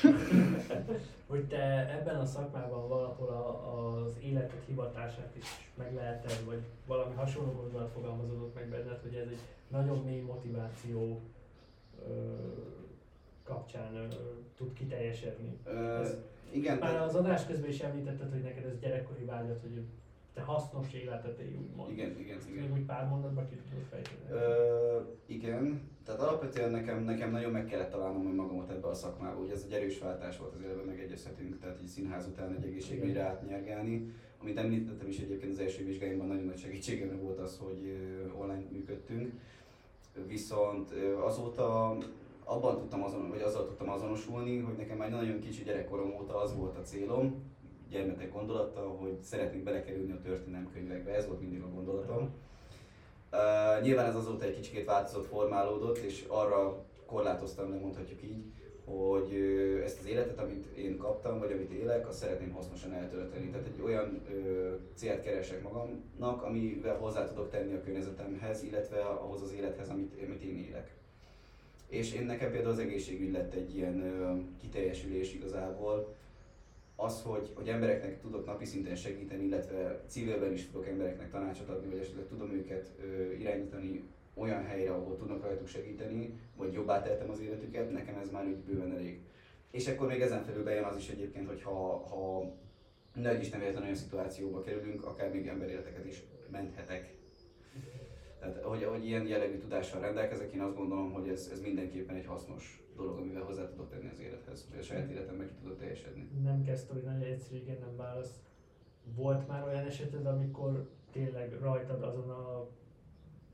hogy te ebben a szakmában valahol a, az életed hivatását is megleheted, vagy valami hasonló gondolat fogalmazódott meg benned, hogy ez egy nagyon mély motiváció ö, kapcsán ö, tud kiteljesedni.
Uh,
ez,
igen.
már
de...
az adás közben is említetted, hogy neked ez gyerekkori vágyat, hogy te hasznos életet élj, úgymond.
Igen, igen, igen.
Még úgy pár mondatban ki tudod fejteni.
Ö, igen, tehát alapvetően nekem, nekem nagyon meg kellett találnom hogy magamat ebbe a szakmába, ugye ez egy erős váltás volt, az életben megegyezhetünk, tehát így színház után egy egészségügyre átnyergálni. Amit említettem is egyébként az első vizsgáimban nagyon nagy segítségemre volt az, hogy online működtünk. Viszont azóta abban tudtam azon, vagy azzal tudtam azonosulni, hogy nekem már nagyon kicsi gyerekkorom óta az volt a célom, gyermetek gondolata, hogy szeretnék belekerülni a történelemkönyvekbe, ez volt mindig a gondolatom. Uh, nyilván ez azóta egy kicsikét változott, formálódott, és arra korlátoztam, nem mondhatjuk így, hogy uh, ezt az életet, amit én kaptam, vagy amit élek, azt szeretném hasznosan eltölteni. Tehát egy olyan uh, célt keresek magamnak, amivel hozzá tudok tenni a környezetemhez, illetve ahhoz az élethez, amit, amit én élek. És én nekem például az egészségügy lett egy ilyen uh, kiteljesülés igazából, az, hogy, hogy embereknek tudok napi szinten segíteni, illetve civilben is tudok embereknek tanácsot adni, vagy esetleg tudom őket ö, irányítani olyan helyre, ahol tudnak rajtuk segíteni, vagy jobbá tettem az életüket, nekem ez már úgy bőven elég. És akkor még ezen felül bejön az is egyébként, hogy ha, ha nagy Isten véletlen olyan szituációba kerülünk, akár még emberéleteket is menthetek. Tehát, hogy, hogy ilyen jellegű tudással rendelkezek, én azt gondolom, hogy ez, ez mindenképpen egy hasznos dolog, amivel hozzá tudok tenni az élethez, hogy a saját életemben ki tudok teljesedni.
Nem kezd, hogy nagyon egyszerű, igen, nem válasz. Volt már olyan eseted, amikor tényleg rajtad azon a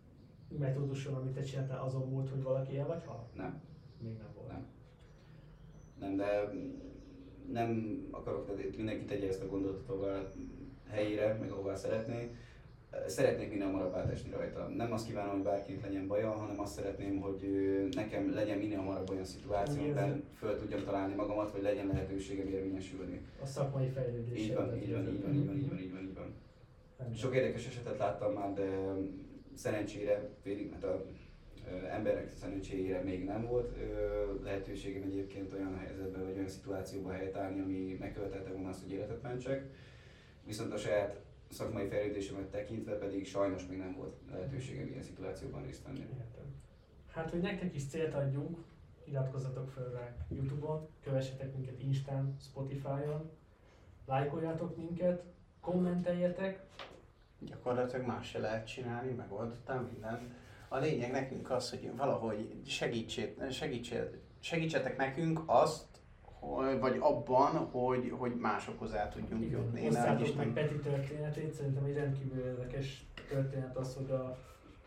metóduson, amit te csináltál, azon múlt, hogy valaki el vagy hal?
Nem.
Még nem volt.
Nem. Nem, de nem akarok, tehát mindenki tegye ezt a gondolatot tovább helyére, meg ahová szeretné. Szeretnék minél hamarabb átesni rajta. Nem azt kívánom, hogy bárkinek legyen baja, hanem azt szeretném, hogy nekem legyen minél hamarabb olyan szituáció, amiben föl tudjam találni magamat, vagy legyen lehetőségem érvényesülni.
A szakmai fejlődés.
Így van, így van, így van, így van, így van, így van, így van. Sok érdekes esetet láttam már, de szerencsére, félig, mert a emberek szerencsére még nem volt lehetőségem egyébként olyan helyzetben, vagy olyan szituációban helytállni, ami megkövetelte volna azt, hogy életet mentsek. Viszont a saját szakmai fejlődésemet tekintve pedig sajnos még nem volt lehetőségem ilyen szituációban részt venni.
Értem. Hát, hogy nektek is célt adjunk, iratkozzatok fel rá YouTube-on, kövessetek minket Instán, Spotify-on, lájkoljatok minket, kommenteljetek.
Gyakorlatilag más se lehet csinálni, megoldottam mindent. A lényeg nekünk az, hogy valahogy segítsét, segítsét, segítsetek nekünk azt, hogy, vagy abban, hogy, hogy másokhoz el tudjunk jutni.
Osszátok meg Peti történetét, szerintem egy rendkívül érdekes történet az, hogy a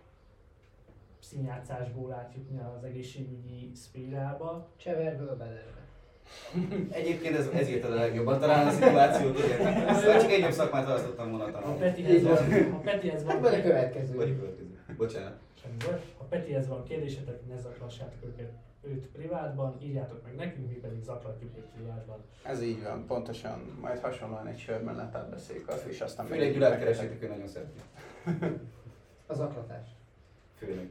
színjátszásból átjutni az egészségügyi szférába.
Cseverből a bederbe.
Egyébként ez, ez írtad a legjobban talán a szituációt, igen. Szóval csak egy jobb szakmát választottam volna
Ha
tanulni.
Petihez van, ha Petihez van,
Vagy a következő.
Vagy a következő. Bocsánat.
semmi baj. Ha Petihez van kérdésetek, ne zaklassátok őket, őt privátban, írjátok meg nekünk, mi pedig zaklatjuk őt privátban.
Ez így van, pontosan. Majd hasonlóan egy sör mellett átbeszéljük azt, és aztán
Főleg Gyulát keresétek, ő nagyon szereti.
A zaklatás.
Főleg.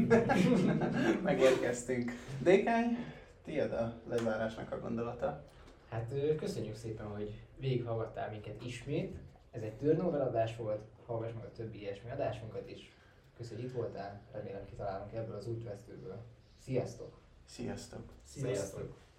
Megérkeztünk. Dékány, tiéd a lezárásnak a gondolata.
Hát ö, köszönjük szépen, hogy végighallgattál minket ismét. Ez egy turnover adás volt, hallgass meg a többi ilyesmi adásunkat is. Köszönjük, hogy itt voltál, remélem kitalálunk ebből az útvesztőből. Sziasztok!
Sziasztok!
Sziasztok!
Sziasztok.